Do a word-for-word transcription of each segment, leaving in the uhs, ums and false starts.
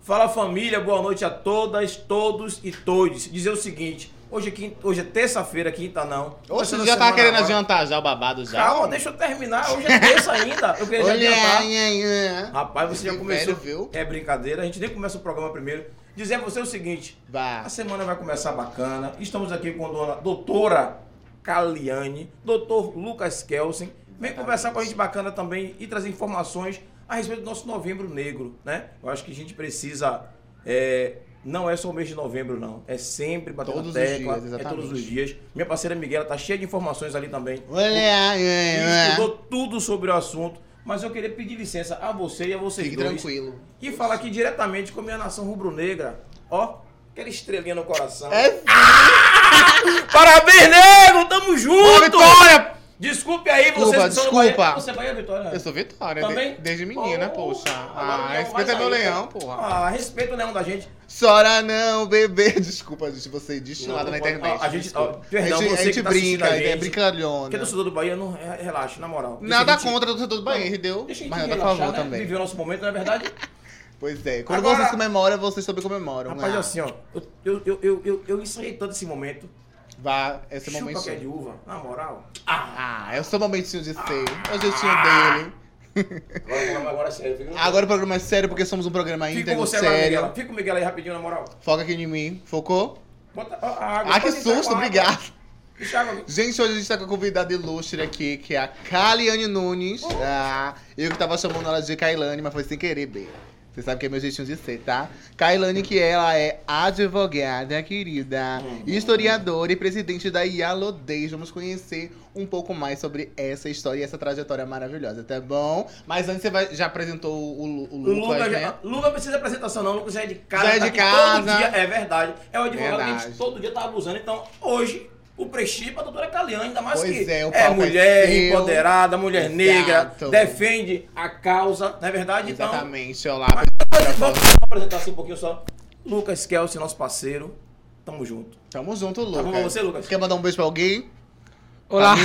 Fala família, boa noite a todas, todos e todes. Dizer o seguinte, hoje é, quinta, hoje é terça-feira, quinta não. Oxe, você já tava querendo agora. Adiantar já o babado já? Calma, deixa eu terminar, hoje é terça ainda. Eu queria Olha, adiantar. é, é. Rapaz, você já começou. Velho, viu? É brincadeira, a gente nem começa o programa primeiro. Dizer a você o seguinte, Vá. a semana vai começar bacana. Estamos aqui com a dona doutora Caliane, doutor Lucas Kelsen. Vem conversar com a gente bacana também e trazer informações a respeito do nosso Novembro Negro, né? Eu acho que a gente precisa, é, não é só o mês de novembro, não. É sempre bater todos na tecla, os dias, é todos os dias. Minha parceira Miguela tá cheia de informações ali também. Olha, E estudou tudo sobre o assunto, mas eu queria pedir licença a você e a vocês Fique dois. tranquilo. E falar aqui diretamente com a minha nação rubro-negra. Ó, aquela estrelinha no coração. É Parabéns, nego! Tamo junto! Boa vitória! Desculpe aí, Desculpa, vocês que são do desculpa. Bahia. Você é Bahia, Vitória? Eu sou Vitória, Também? de- desde menina, Oh, poxa. agora o Ah, leão respeita vai meu sair, leão, né? porra. Ah, respeita o leão da gente. Chora não, bebê. Desculpa, gente, você destilada Não, na não pode- internet. a gente- desculpa. ó, perdão, a gente, você a gente que tá assistindo brinca, a é gente. brincalhona. Porque torcedor do Bahia, não, re- relaxa, na moral. Deixa Nada a gente- contra o torcedor do Bahia, entendeu? Deixa a gente Mas nada a relaxar, favor né? também. Viver o nosso momento, não é verdade? Pois é. Quando Agora- vocês comemoram, vocês também comemoram. Rapaz, Ah, assim, ó, eu, eu, eu, eu, eu, eu ensaiei tanto esse momento. Vá, esse Chupa momento. que é de uva, na moral. Ah, é o seu momentinho de ser. É o jeitinho dele. Agora, agora é sério. Fica, Agora o programa é sério porque somos um programa fica com íntegro, você agora, sério. Miguel. Fica com o Miguel aí rapidinho, na moral. Foca aqui em mim. Focou? Bota a a água. Ah, que pode entrar susto, com a água. obrigado. Deixa a água aqui. Gente, hoje a gente tá com a convidada ilustre aqui, que é a Caliane Nunes. Ah, eu que tava chamando ela de Kailane, mas foi sem querer, B. Você sabe que é meu jeitinho de ser, tá? Kailane, que ela é advogada, querida, Uhum. historiadora e presidente da Yalodez. Vamos conhecer um pouco mais sobre essa história e essa trajetória maravilhosa, tá bom? Mas antes você vai, já apresentou o, o, o O Lucas, Lucas, né? já, Lucas precisa de apresentação, não. O Lucas já é de casa. Já é tá de aqui casa. Todo dia, é verdade. É o advogado que a Verdade. gente todo dia tá abusando. Então, hoje, o prestígio pra doutora Caliane, ainda mais Pois que é, o é palco é mulher seu. empoderada, mulher Exato. negra, defende a causa, não é verdade? Exatamente, olá. Então, vamos apresentar assim um pouquinho só. Lucas Kelsen, nosso parceiro. Tamo junto. Tamo junto, Tá bom Lucas. pra você, Lucas? Quer mandar um beijo pra alguém? Olá.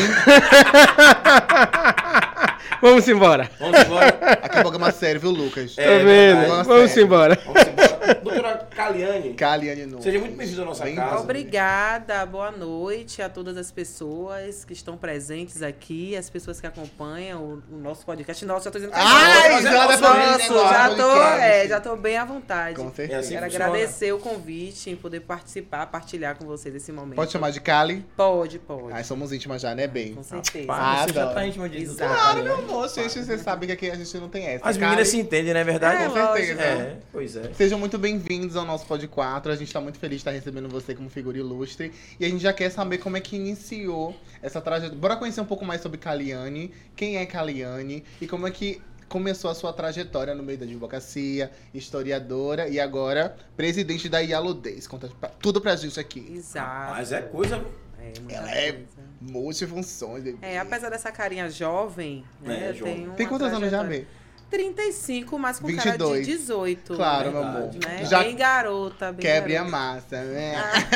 Vamos embora. Vamos embora. Aqui é um programa sério, viu, Lucas? É, Tá vendo? verdade. Vamos embora. Vamos embora. Doutora Caliane, Caliane Nunes. seja muito bem-vinda à nossa Bem- casa. Obrigada, boa noite a todas as pessoas que estão presentes aqui, as pessoas que acompanham o, o nosso podcast. Nossa, já tô dizendo que Ai, Mas é ela nosso vai mesmo, fazer Nossa, já negócio, tô, podcast. é, já tô bem à vontade. Com É certeza. assim Quero que funciona. agradecer o convite em poder participar, partilhar com vocês esse momento. Pode chamar de Cali? Pode, pode. Ai, somos íntimas já, né, bem? Com certeza. Pá, você já adoro. tá íntimo de Exato. doutora Claro, meu Caliane. amor, gente, você sabe que aqui a gente não tem essa. As Cali, meninas se entendem, não é verdade? É, com certeza. lógico. É, pois é. Sejam muito bem-vindos ao nosso Pod quatro. A gente tá muito feliz de estar recebendo você como figura ilustre. E a gente já quer saber como é que iniciou essa trajetória. Bora conhecer um pouco mais sobre Caliane, quem é Caliane e como é que começou a sua trajetória no meio da advocacia, historiadora e agora presidente da Yalodez. Conta pra- tudo pra gente aqui. Exato. Mas é coisa. É, muita Ela é coisa. multifunções. bebê. É, apesar dessa carinha jovem, né? É, eu jovem. tenho Tem uma quantos anos já, trajetória- Bê? trinta e cinco, mas com vinte e cara dois. de dezoito. Claro, né? meu amor. Né? Já Bem garota, bem quebre a garota. massa, né?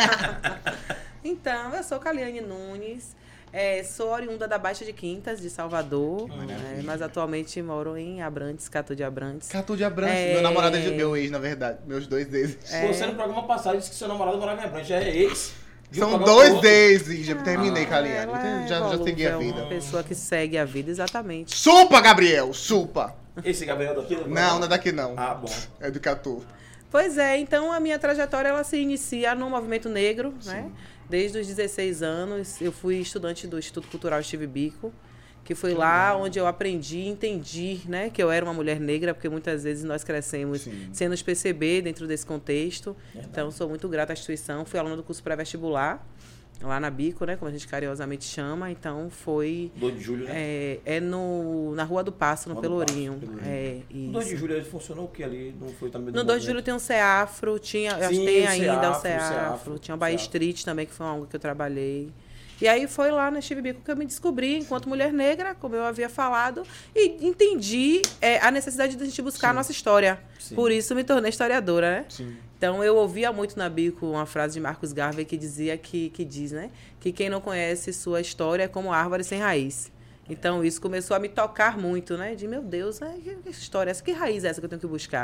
Então, eu sou Caliane Nunes, é, sou oriunda da Baixa de Quintas, de Salvador, né, mas atualmente moro em Abrantes, Catu de Abrantes. Catu de Abrantes. É. Meu namorado é de- meu ex, na verdade. Meus dois ex. É. Você no programa passado disse que seu namorado morava em Abrantes. Já é ex. De um São programa pro dois outro. ex. Já terminei, Ah, Caliane. ela é Já, já segui a volúvel, vida. Uma pessoa que segue a vida, exatamente. Chupa, Gabriel! Chupa! Esse Gabriel daqui? do Não, programa? não é daqui não. Ah, bom. É do Catu. Pois é, então a minha trajetória ela se inicia no movimento negro, né? Desde os dezesseis anos, eu fui estudante do Instituto Cultural Steve Biko, que foi lá onde eu aprendi, entendi, né, que eu era uma mulher negra, porque muitas vezes nós crescemos Sim. sem nos perceber dentro desse contexto. Então, sou muito grata à instituição. Fui aluna do curso pré-vestibular, lá na Bico, né, como a gente carinhosamente chama. Então, foi... dois de julho, né? É, é no, na Rua do Passo, no Rua do Pelourinho. Passo, Pelourinho. É, No dois de isso. julho ele funcionou o que ali? Não foi também do No dois de movimento? julho tem um CEAFRO, tinha, eu acho que Sim, tem o ainda o CEAFRO, o CEAFRO, CEAFRO, tinha o Bahia CEAFRO. Street também, que foi algo que eu trabalhei. E aí foi lá na Steve Biko que eu me descobri enquanto mulher negra, como eu havia falado, e entendi é, a necessidade de a gente buscar a nossa história. Sim. Por isso me tornei historiadora, né? Sim. Então eu ouvia muito na Bico uma frase de Marcos Garvey que dizia que, que diz, né? Que quem não conhece sua história é como árvore sem raiz. Então isso começou a me tocar muito, né? De meu Deus, né? que, que história é essa? Que raiz é essa que eu tenho que buscar?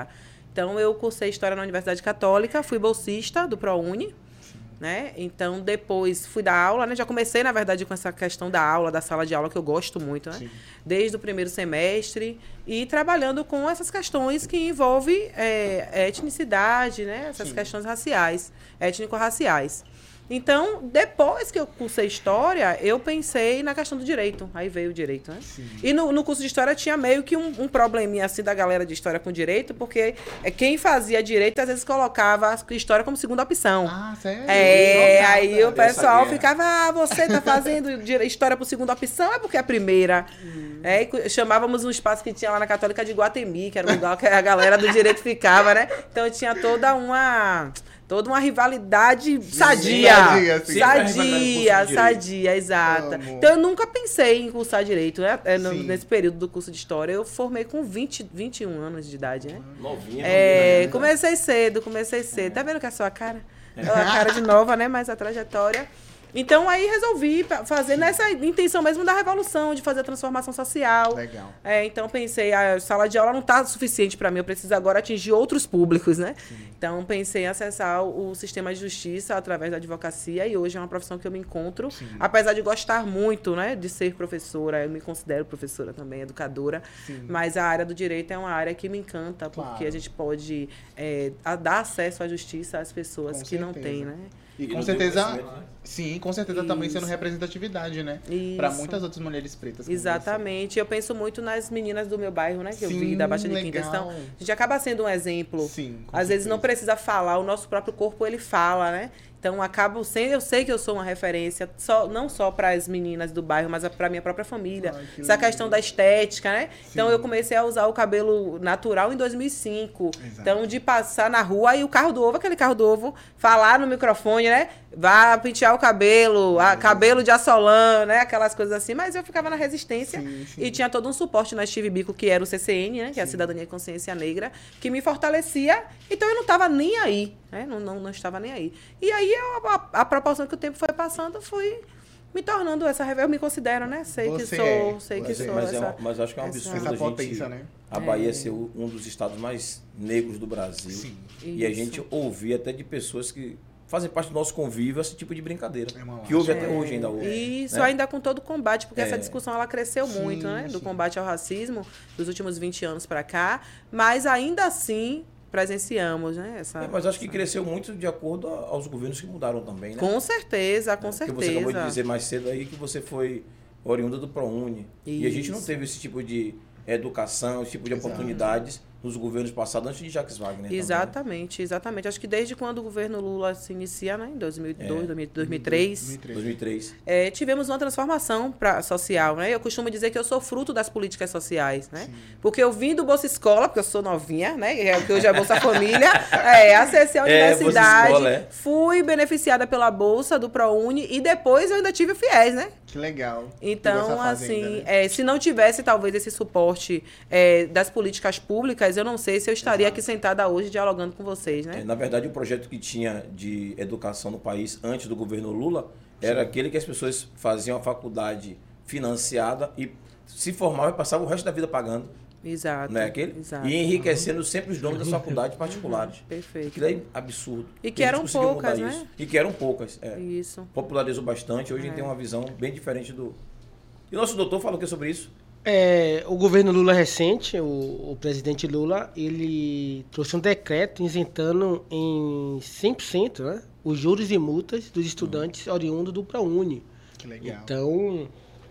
Então, eu cursei História na Universidade Católica, fui bolsista do ProUni, né? Então, depois fui dar aula, né? Já comecei, na verdade, com essa questão da aula, da sala de aula, que eu gosto muito, né? Sim. Desde o primeiro semestre, e trabalhando com essas questões que envolvem é, etnicidade, né? Essas Sim. questões raciais, étnico-raciais. Então, depois que eu cursei História, eu pensei na questão do direito. Aí veio o direito, né? Sim. E no, no curso de História tinha meio que um, um probleminha assim da galera de História com Direito, porque quem fazia Direito, às vezes, colocava a História como segunda opção. Ah, sério? É, aí o pessoal ficava, ah, você tá fazendo História por segunda opção, é porque é a primeira. Hum. É, chamávamos um espaço que tinha lá na Católica de Guatemi, que era um lugar que a galera do Direito ficava, né? Então, tinha toda uma... Toda uma rivalidade sadia. Sadia, sim. sadia, sadia, exata. Amo. Então, eu nunca pensei em cursar Direito, né? É, no, nesse período do curso de História. Eu formei com vinte, vinte e um anos de idade, né? Novinha. É, novinha, comecei cedo, comecei cedo. É. Tá vendo que é a sua cara? É a cara de nova, né? Mas a trajetória... Então, aí resolvi fazer nessa intenção mesmo da revolução, de fazer a transformação social. Legal. É, então, pensei, a sala de aula não está suficiente para mim, eu preciso agora atingir outros públicos, né? Sim. Então, pensei em acessar o, o sistema de justiça através da advocacia, e hoje é uma profissão que eu me encontro, Sim. apesar de gostar muito, né, de ser professora, eu me considero professora também, educadora, Sim. mas a área do direito é uma área que me encanta, porque claro. a gente pode é, a, dar acesso à justiça às pessoas com que certeza. não têm, né? E, e com certeza, né? sim, com certeza Isso. também sendo representatividade, né? Para muitas outras mulheres pretas. Exatamente. Você. Eu penso muito nas meninas do meu bairro, né? Que sim, eu vi da Baixa de Quinta. Então, a gente acaba sendo um exemplo. Sim, com Às certeza. vezes não precisa falar, o nosso próprio corpo ele fala, né? Então, acabo sendo, eu sei que eu sou uma referência, só, não só para as meninas do bairro, mas para a minha própria família. Ai, que Essa lindo. questão da estética, né? Sim. Então, eu comecei a usar o cabelo natural em dois mil e cinco. Exato. Então, de passar na rua e o carro do ovo, aquele carro do ovo, falar no microfone, né? Vá pentear o cabelo, a, cabelo de assolã, né? Aquelas coisas assim. Mas eu ficava na resistência sim, sim. e tinha todo um suporte na Steve Biko, que era o C C N, né? Que sim. é a Cidadania e Consciência Negra, que me fortalecia. Então, eu não estava nem aí, né? Não, não, não estava nem aí. E aí, eu, a, a proporção que o tempo foi passando, fui me tornando essa... Eu me considero, né? Sei Você que sou, é. sei que Você sou. Mas, essa, é uma, mas acho que é um absurdo essa a gente... potência, né? A Bahia é. ser um dos estados mais negros do Brasil. Sim. E Isso. a gente ouvir até de pessoas que fazem parte do nosso convívio esse tipo de brincadeira. É que houve é. até hoje ainda hoje. Isso, né? ainda com todo o combate, porque é. essa discussão ela cresceu sim, muito, né? Do sim. combate ao racismo dos últimos vinte anos para cá. Mas ainda assim... presenciamos, né? Essa, é, mas acho que cresceu muito de acordo aos governos que mudaram também, né? Com certeza, com é, certeza. Porque você acabou de dizer mais cedo aí que você foi oriunda do ProUni. Isso. E a gente não teve esse tipo de educação, esse tipo de Exato. oportunidades nos governos passados, antes de Jacques Wagner. Exatamente, também. exatamente. Acho que desde quando o governo Lula se inicia, né? Em dois mil e dois, é. dois mil e três. dois mil e três. É, tivemos uma transformação pra, social, né? Eu costumo dizer que eu sou fruto das políticas sociais, né? Sim. Porque eu vim do Bolsa Escola, porque eu sou novinha, né? Que hoje é Bolsa Família. É, acessei a universidade, é, Escola, é. fui beneficiada pela Bolsa do ProUni e depois eu ainda tive o FIES, né? Que legal. Então, fazenda, assim, né? é, se não tivesse talvez esse suporte é, das políticas públicas, eu não sei se eu estaria Exato. aqui sentada hoje dialogando com vocês, né? É, na verdade, o projeto que tinha de educação no país antes do governo Lula era Sim. aquele que as pessoas faziam a faculdade financiada e se formavam e passavam o resto da vida pagando. Exato. Não é aquele? Exato. E enriquecendo sempre os donos das faculdades particulares. Uhum, perfeito. Aquilo é absurdo. E que eram poucas, né? Isso. E que eram poucas. É. Isso. Popularizou bastante. Hoje é. a gente tem uma visão bem diferente do... E o nosso doutor fala o que sobre isso? É, o governo Lula recente, o, o presidente Lula, ele trouxe um decreto isentando em cem por cento, né, os juros e multas dos estudantes hum. oriundos do ProUni. Que legal. Então,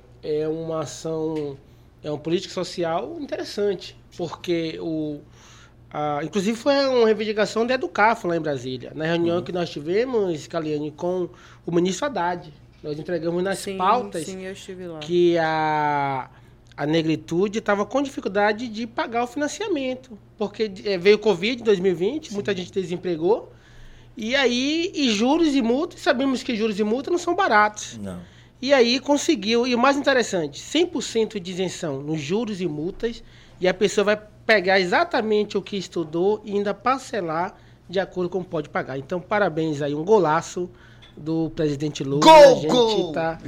é uma ação... É uma política social interessante, porque, o, a, inclusive, foi uma reivindicação da Educafo lá em Brasília. Na reunião uhum. que nós tivemos, Caliane, com o ministro Haddad, nós entregamos nas sim, pautas sim, eu estive lá. que a, a negritude estava com dificuldade de pagar o financiamento, porque é, veio o Covid em dois mil e vinte, sim. muita gente desempregou, e aí, e juros e multas, sabemos que juros e multas não são baratos. Não. E aí conseguiu, e o mais interessante, cem por cento de isenção nos juros e multas, e a pessoa vai pegar exatamente o que estudou e ainda parcelar de acordo com o que pode pagar. Então, parabéns aí, um golaço do presidente Lula. Gol, a gente gol! Tá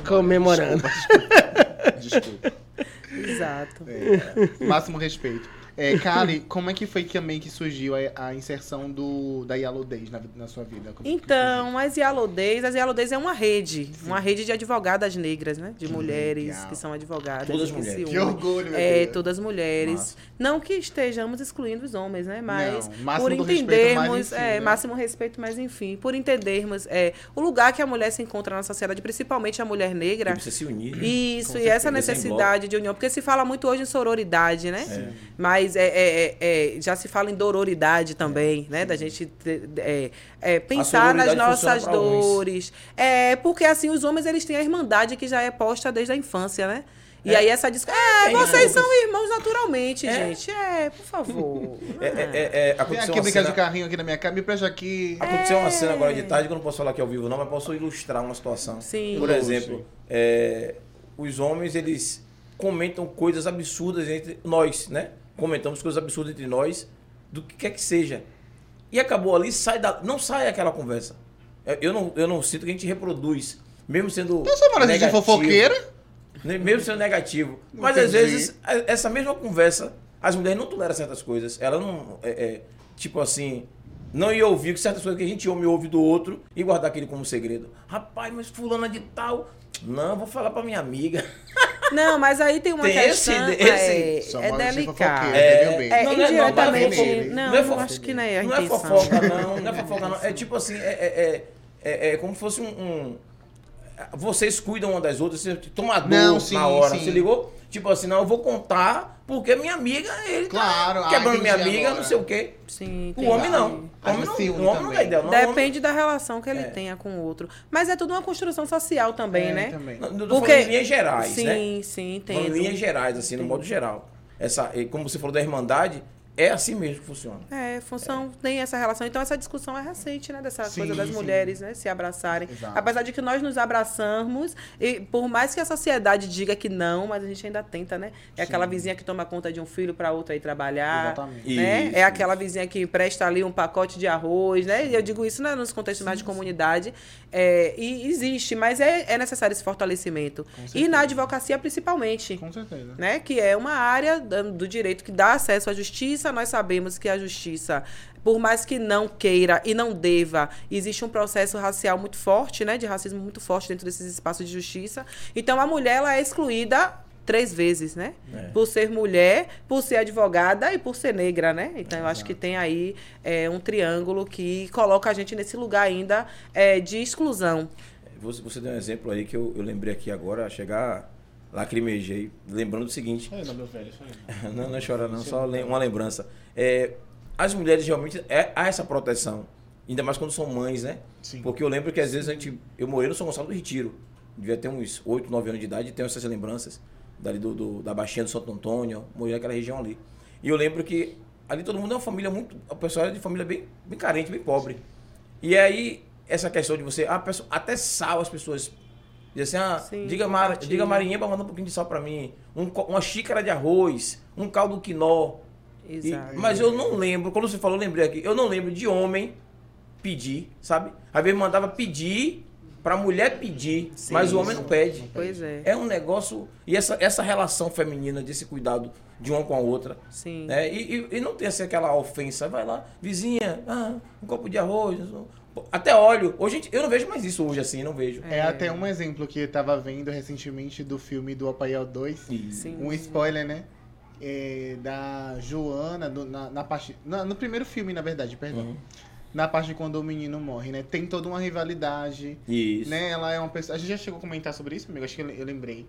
comemorando. Desculpa, desculpa. Exato. É, máximo respeito. É, Kali, como é que foi que também que surgiu a, a inserção do, da Yellow Days na, na sua vida? Como que Então, as Yellow Days, as Yellow Days é uma rede, Sim. uma rede de advogadas negras, né? De que mulheres legal. que são advogadas. Todas que mulheres. Se que orgulho, meu É, Deus. todas mulheres. Massa. Não que estejamos excluindo os homens, né? Mas Não, por entendermos, respeito, mas enfim, é, né? máximo respeito, mas enfim, por entendermos é, o lugar que a mulher se encontra na sociedade, principalmente a mulher negra. Precisa se unir. Né? Isso, Com e essa certeza, necessidade de união, porque se fala muito hoje em sororidade, né? É. Mas é, é, é, já se fala em dororidade também, é. né? Da gente ter, é, é, pensar nas nossas dores. É, porque assim, os homens eles têm a irmandade que já é posta desde a infância, né? E é. aí essa discussão. É, é, vocês são irmãos naturalmente, é. gente. É, por favor. É, é, é, é, Vem aqui brincar cena... de carrinho aqui na minha casa, me presta aqui. Aconteceu é. uma cena agora de tarde que eu não posso falar aqui ao vivo, não, mas posso ilustrar uma situação. Sim. Por exemplo, é, os homens, eles comentam coisas absurdas entre nós, né? Comentamos coisas absurdas entre nós, do que quer que seja. E acabou ali, sai da, não sai aquela conversa. Eu não, eu não sinto que a gente reproduz, mesmo sendo eu sou negativo, de fofoqueira. Mesmo sendo negativo. Não Mas entendi. às vezes, essa mesma conversa, as mulheres não toleram certas coisas. Elas não, é, é, tipo assim, não ia ouvir certas coisas que a gente homem ouve do outro e guardar aquele como segredo. Rapaz, mas fulana de tal... Não, vou falar pra minha amiga. Não, mas aí tem uma tem questão... Esse, esse, é, é delicado. É, é, não, indiretamente... Não, não, não, não é não acho que não é a Não intenção. é fofoca, não. Não é fofoca, não. É tipo assim, é, é, é, é como se fosse um... um vocês cuidam uma das outras, você toma a dor não, sim, na hora, sim. você ligou? Tipo assim, não, eu vou contar porque minha amiga, ele claro, tá quebrando ah, minha amiga, agora. não sei o quê. Sim, o homem não. O homem não, o homem não dá ideia. Não, depende da relação que ele é. tenha com o outro. Mas é tudo uma construção social também, é, né? Também. Não, não porque... em linhas gerais, sim, né? Sim, sim, entendo. Em linhas gerais, assim, no modo geral. Essa, como você falou da irmandade, é assim mesmo que funciona. É, função é. tem essa relação. Então, essa discussão é recente, né? Dessa sim, coisa das sim. mulheres, né? Se abraçarem. Exato. Apesar de que nós nos abraçamos, e por mais que a sociedade diga que não, mas a gente ainda tenta, né? É sim. aquela vizinha que toma conta de um filho para outra ir trabalhar. Exatamente. Né? Isso, é aquela isso. vizinha que empresta ali um pacote de arroz, né? E eu digo isso né, nos contextos sim, mais de comunidade. É, e existe, mas é, é necessário esse fortalecimento. E na advocacia, principalmente. Com certeza. Né? Que é uma área do direito que dá acesso à justiça. Nós sabemos que a justiça, por mais que não queira e não deva, existe um processo racial muito forte, né, de racismo muito forte dentro desses espaços de justiça. Então, a mulher ela é excluída três vezes, né? É. Por ser mulher, por ser advogada e por ser negra, né? Então, eu acho que tem aí é, um triângulo que coloca a gente nesse lugar ainda é, de exclusão. Você, você deu um exemplo aí que eu, eu lembrei aqui agora, a chegar... Lacrimejei, lembrando do seguinte. É, não, meu velho, isso aí. Não, não é chorar, não, só uma lembrança. É, as mulheres realmente é, há essa proteção, ainda mais quando são mães, né? Sim. Porque eu lembro que às vezes a gente. Eu morei no São Gonçalo do Retiro, devia ter uns oito, nove anos de idade, e tenho essas lembranças dali do, do, da Baixinha do Santo Antônio, morei naquela região ali. E eu lembro que ali todo mundo é uma família muito. O pessoal é de família bem, bem carente, bem pobre. E aí, essa questão de você. A pessoa, até sal as pessoas. Diz assim, ah, Sim, diga, Mar, diga Marinha para mandar um pouquinho de sal para mim, um, uma xícara de arroz, um caldo quinó. Exato. E, mas eu não lembro, quando você falou, eu lembrei aqui, eu não lembro de homem pedir, sabe? Às vezes mandava pedir para mulher pedir, sim, mas o homem não pede. Pois é. É um negócio, e essa, essa relação feminina desse cuidado de uma com a outra. Sim. Né? E, e, e não tem assim, aquela ofensa, vai lá, vizinha, ah, um copo de arroz, até óleo. Hoje eu não vejo mais isso hoje assim, não vejo. É, é até um exemplo que eu tava vendo recentemente do filme do Apaiel dois. Sim. Um spoiler, né? É, da Joana, do, na, na parte. Na, no primeiro filme, na verdade, perdão. Uhum. Na parte de quando o menino morre, né? Tem toda uma rivalidade. Isso. Né? Ela é uma pessoa. A gente já chegou a comentar sobre isso, amigo? Acho que eu, eu lembrei.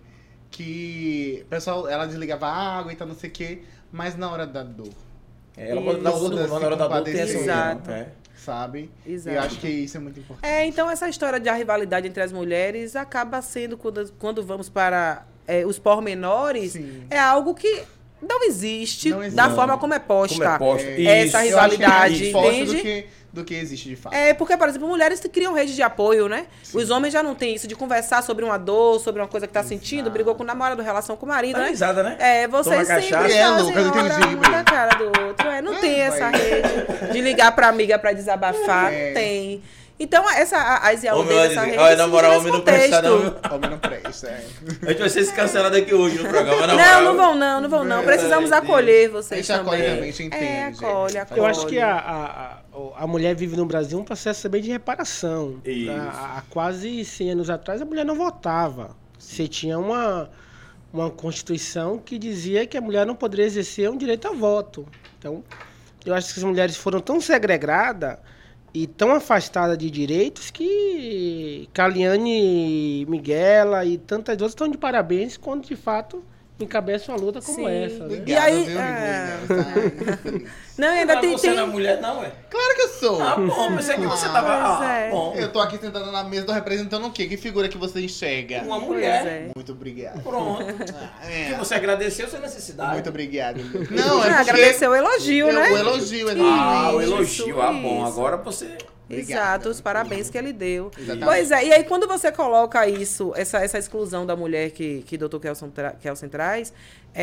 Que o pessoal, ela desligava a água e tal, não sei o quê, mas na hora da dor. É, ela pode dar todo mundo, na hora da dor tem essa Exato. É. Sabe? Exato. E eu acho que isso é muito importante. É, então essa história de a rivalidade entre as mulheres acaba sendo, quando, quando vamos para é, os pormenores, sim, é algo que não existe, não existe da forma como é posta. Como é posta. É, essa rivalidade, eu acho que é entende? Do que, do que existe de fato. É, porque, por exemplo, mulheres criam rede de apoio, né? Sim. Os homens já não têm isso de conversar sobre uma dor, sobre uma coisa que tá Exato. sentindo, brigou com o namorado, relação com o marido, tá né? Risada, né? É, vocês Toma sempre cachaça. É, Lucas, eu entendi. Um da cara do outro. É, não é, tem essa vai. rede de ligar pra amiga pra desabafar, é. tem. Então, essa, a- as Homem vai Yalodês, essa dizer, rede olha, na surge moral, nesse homem não presta não. contexto. viu? Homem não presta, é. A gente vai ser esse cancelado aqui hoje no programa, na Não, moral. não vão não, não vão não. Precisamos É, acolher A vocês gente acolhe também. também, a gente entende. É, acolhe, gente. acolhe. Eu acho que a, a, a, a mulher vive no Brasil um processo também de reparação. Isso. Há, há quase cem anos atrás, a mulher não votava. Você tinha uma, uma Constituição que dizia que a mulher não poderia exercer um direito a voto. Então, eu acho que as mulheres foram tão segregadas e tão afastadas de direitos que Caliane, Miguela e tantas outras estão de parabéns quando, de fato, encabeçam uma luta como Sim. essa. Né? E aí, viu, é. amigo? Não, e ainda Mas tem... você tem... não é mulher, não, é? Claro que eu sou. Ah, bom, pensei que você tava... Pois Ah, é. bom. Eu tô aqui sentada na mesa, tô representando o quê? Que figura que você enxerga? Uma Pois mulher. é. Muito obrigado. Pronto. Ah, Que é. você agradeceu sua necessidade. Muito obrigado. Não, Não, é porque... agradecer o elogio, eu, né? O elogio, Ah, exatamente. o Isso, elogio. Ah, bom. isso. Agora você... Obrigada. Exato, os parabéns que ele deu. Exatamente. Pois é, e aí quando você coloca isso, essa, essa exclusão da mulher que, que o doutor Kelson, tra, Kelson traz,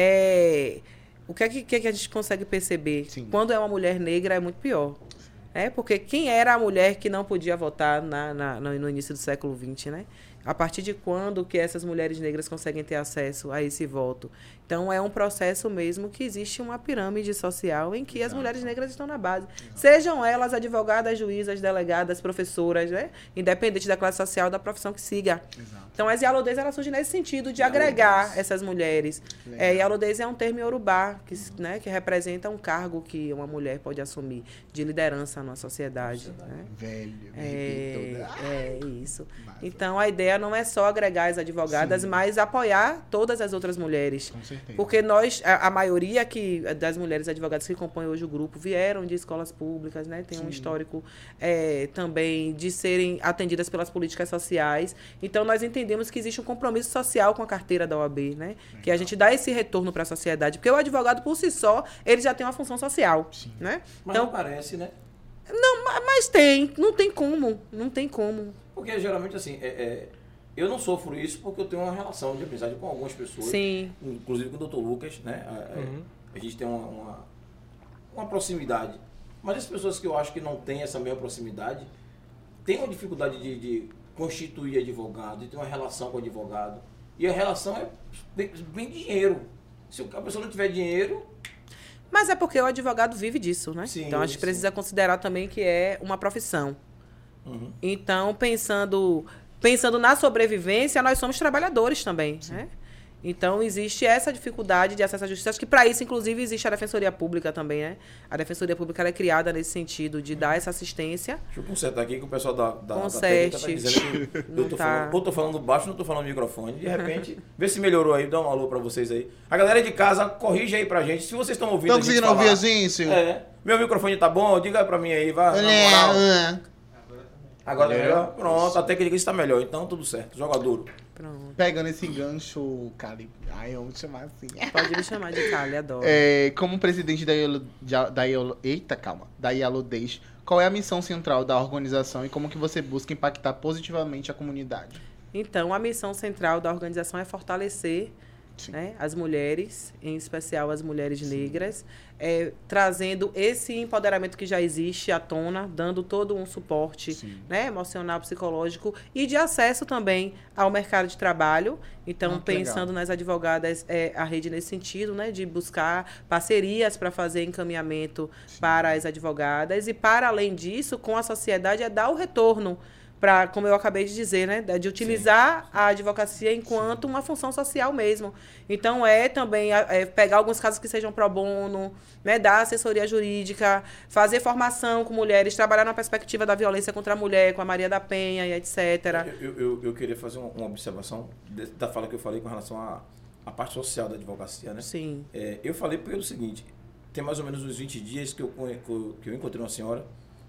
é, o que é que, que, é que a gente consegue perceber? Sim. Quando é uma mulher negra é muito pior. É, porque quem era a mulher que não podia votar na, na, no, no início do século vinte, né? A partir de quando que essas mulheres negras conseguem ter acesso a esse voto? Então, é um processo mesmo que existe uma pirâmide social em que as mulheres negras estão na base. Sejam elas advogadas, juízas, delegadas, professoras, né? Independente da classe social, da profissão que siga. Exato. Então, as Yalodês, ela surge nesse sentido de agregar essas mulheres. É, Yalodês é um termo iorubá, que, né, que representa um cargo que uma mulher pode assumir de liderança numa sociedade. Né? Velho, me É, arrepiei toda. é isso. Massa. Então, a ideia não é só agregar as advogadas, Sim. mas apoiar todas as outras mulheres. Com certeza. Porque nós, a, a maioria que, das mulheres advogadas que compõem hoje o grupo vieram de escolas públicas, né? Tem um Sim. histórico é, também de serem atendidas pelas políticas sociais. Então, nós entendemos que existe um compromisso social com a carteira da O A B, né? Que a gente dá esse retorno para a sociedade. Porque o advogado, por si só, ele já tem uma função social, Sim. né? Mas Então, não parece, né? não, ma- mas tem. Não tem como. Não tem como. Porque geralmente, assim, é, é, eu não sofro isso porque eu tenho uma relação de amizade com algumas pessoas. Sim. Inclusive com o doutor Lucas, né? A, a- Uhum. a gente tem uma, uma, uma proximidade. Mas as pessoas que eu acho que não têm essa mesma proximidade têm uma dificuldade de, de constituir advogado, de ter uma relação com o advogado. E a relação é bem, bem dinheiro. Se a pessoa não tiver dinheiro, Mas é porque o advogado vive disso, né? Sim, então a gente sim. precisa considerar também que é uma profissão. uhum. Então, pensando, pensando na sobrevivência, nós somos trabalhadores também, né? Então, existe essa dificuldade de acesso à justiça. Acho que para isso, inclusive, existe a Defensoria Pública também, né? A Defensoria Pública ela é criada nesse sentido de dar essa assistência. Deixa eu consertar aqui que o pessoal da, da, da Conserte. técnica tá dizendo que Não eu tô tá. falando, ou tô falando baixo, não tô falando no microfone. De repente, vê se melhorou aí, dá um alô pra vocês aí. A galera de casa, corrige aí pra gente. Se vocês estão ouvindo Estão a gente conseguindo falar, ouvir a gente? É. Meu microfone tá bom? Diga pra mim aí, vai. na Olha, moral. ah. Agora tá Melhor? melhor? Pronto, a técnica está melhor. Então, tudo certo. Joga duro. Pronto. Pegando esse gancho, Cali. Ai, eu vou te chamar assim. Pode me chamar de Cali, adoro. É, como presidente da Ialo, da Ialo, eita, calma, da Yalodês, qual é a missão central da organização e como que você busca impactar positivamente a comunidade? Então, a missão central da organização é fortalecer, né, as mulheres, em especial as mulheres negras, é, trazendo esse empoderamento que já existe à tona, dando todo um suporte, Sim. né, emocional, psicológico e de acesso também ao mercado de trabalho. Então, Ah, que pensando legal. nas advogadas, é, a rede nesse sentido, né, de buscar parcerias para fazer encaminhamento para as advogadas e, para além disso, com a sociedade, é dar o retorno para, como eu acabei de dizer, né, de utilizar a advocacia enquanto uma função social mesmo. Então, é também é, pegar alguns casos que sejam pro bono, né, dar assessoria jurídica, fazer formação com mulheres, trabalhar na perspectiva da violência contra a mulher, com a Maria da Penha e etcétera. Eu, eu, eu queria fazer uma, uma observação de- da fala que eu falei com relação à, à parte social da advocacia, né? Sim. É, eu falei pelo seguinte, tem mais ou menos uns vinte dias que eu, conhe- que eu encontrei uma senhora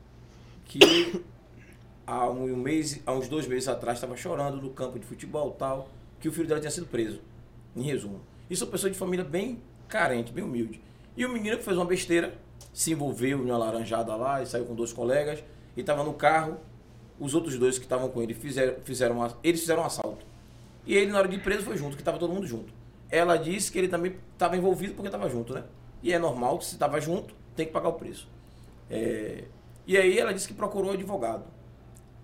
que há um mês, há uns dois meses atrás estava chorando no campo de futebol tal, que o filho dela tinha sido preso, em resumo. E são pessoas de família bem carente, bem humilde. E o menino que fez uma besteira, se envolveu em uma laranjada lá e saiu com dois colegas, e estava no carro, os outros dois que estavam com ele fizeram, fizeram uma, eles fizeram um assalto. E ele, na hora de ir preso, foi junto, que estava todo mundo junto. Ela disse que ele também estava envolvido porque estava junto, né? E é normal que se estava junto, tem que pagar o preço. É, e aí ela disse que procurou um advogado.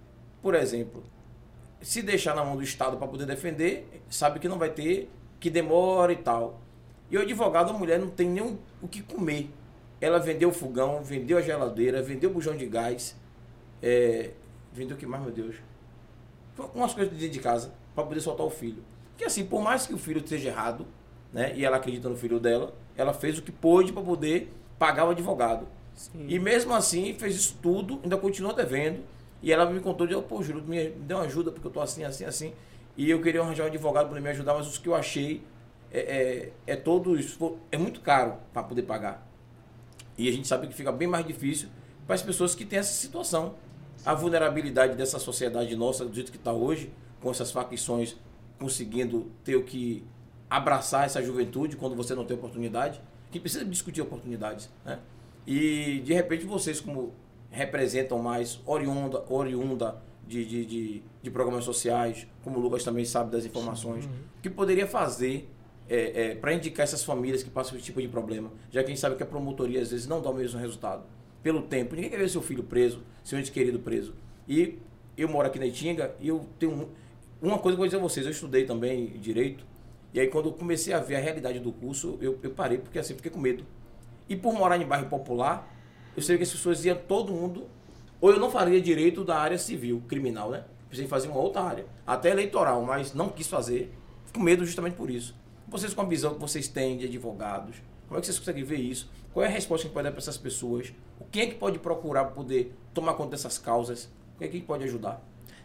por exemplo, se deixar na mão do Estado para poder defender, sabe que não vai ter, que demora e tal. E o advogado, a mulher não tem nem o que comer. Ela vendeu o fogão, vendeu a geladeira, vendeu o bujão de gás, é, vendeu o que mais, meu Deus? Umas coisas de dentro de casa para poder soltar o filho. Porque assim, por mais que o filho esteja errado, né, e ela acredita no filho dela, ela fez o que pôde para poder pagar o advogado. Sim. E mesmo assim, fez isso tudo, ainda continua devendo. E ela me contou, de, pô, Júlio, me dê uma ajuda, porque eu tô assim, assim, assim. E eu queria arranjar um advogado para me ajudar, mas os que eu achei é, é, é todo isso, é muito caro para poder pagar. E a gente sabe que fica bem mais difícil para as pessoas que têm essa situação. A vulnerabilidade dessa sociedade nossa, do jeito que está hoje, com essas facções conseguindo ter o que abraçar essa juventude quando você não tem oportunidade. A gente precisa discutir oportunidades, né? E, de repente, vocês, como representam mais oriunda, oriunda de, de, de, de programas sociais, como o Lucas também sabe das informações, o que poderia fazer é, é, para indicar essas famílias que passam esse tipo de problema, já que a gente sabe que a promotoria, às vezes, não dá o mesmo resultado. Pelo tempo. Ninguém quer ver seu filho preso, seu ente querido preso. E eu moro aqui na Itinga e eu tenho... Uma coisa que eu vou dizer a vocês, eu estudei também Direito, e aí quando eu comecei a ver a realidade do curso, eu, eu parei, porque assim, fiquei com medo. E por morar em bairro popular, eu sei que as pessoas iam todo mundo, ou eu não faria Direito da área civil, criminal, né? Precisei fazer uma outra área, até eleitoral, mas não quis fazer, com medo justamente por isso. Vocês, com a visão que vocês têm de advogados, como é que vocês conseguem ver isso? Qual é a resposta que pode dar para essas pessoas? Quem é que pode procurar para poder tomar conta dessas causas? Quem é que pode ajudar?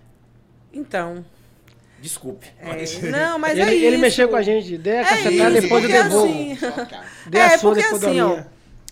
Então... Desculpe. É, Mas... não, mas ele, é isso. ele mexeu com a gente, dê a cacetada, isso, depois eu porque devolvo. assim- Dê É, a sua, porque depois da assim, ó, minha.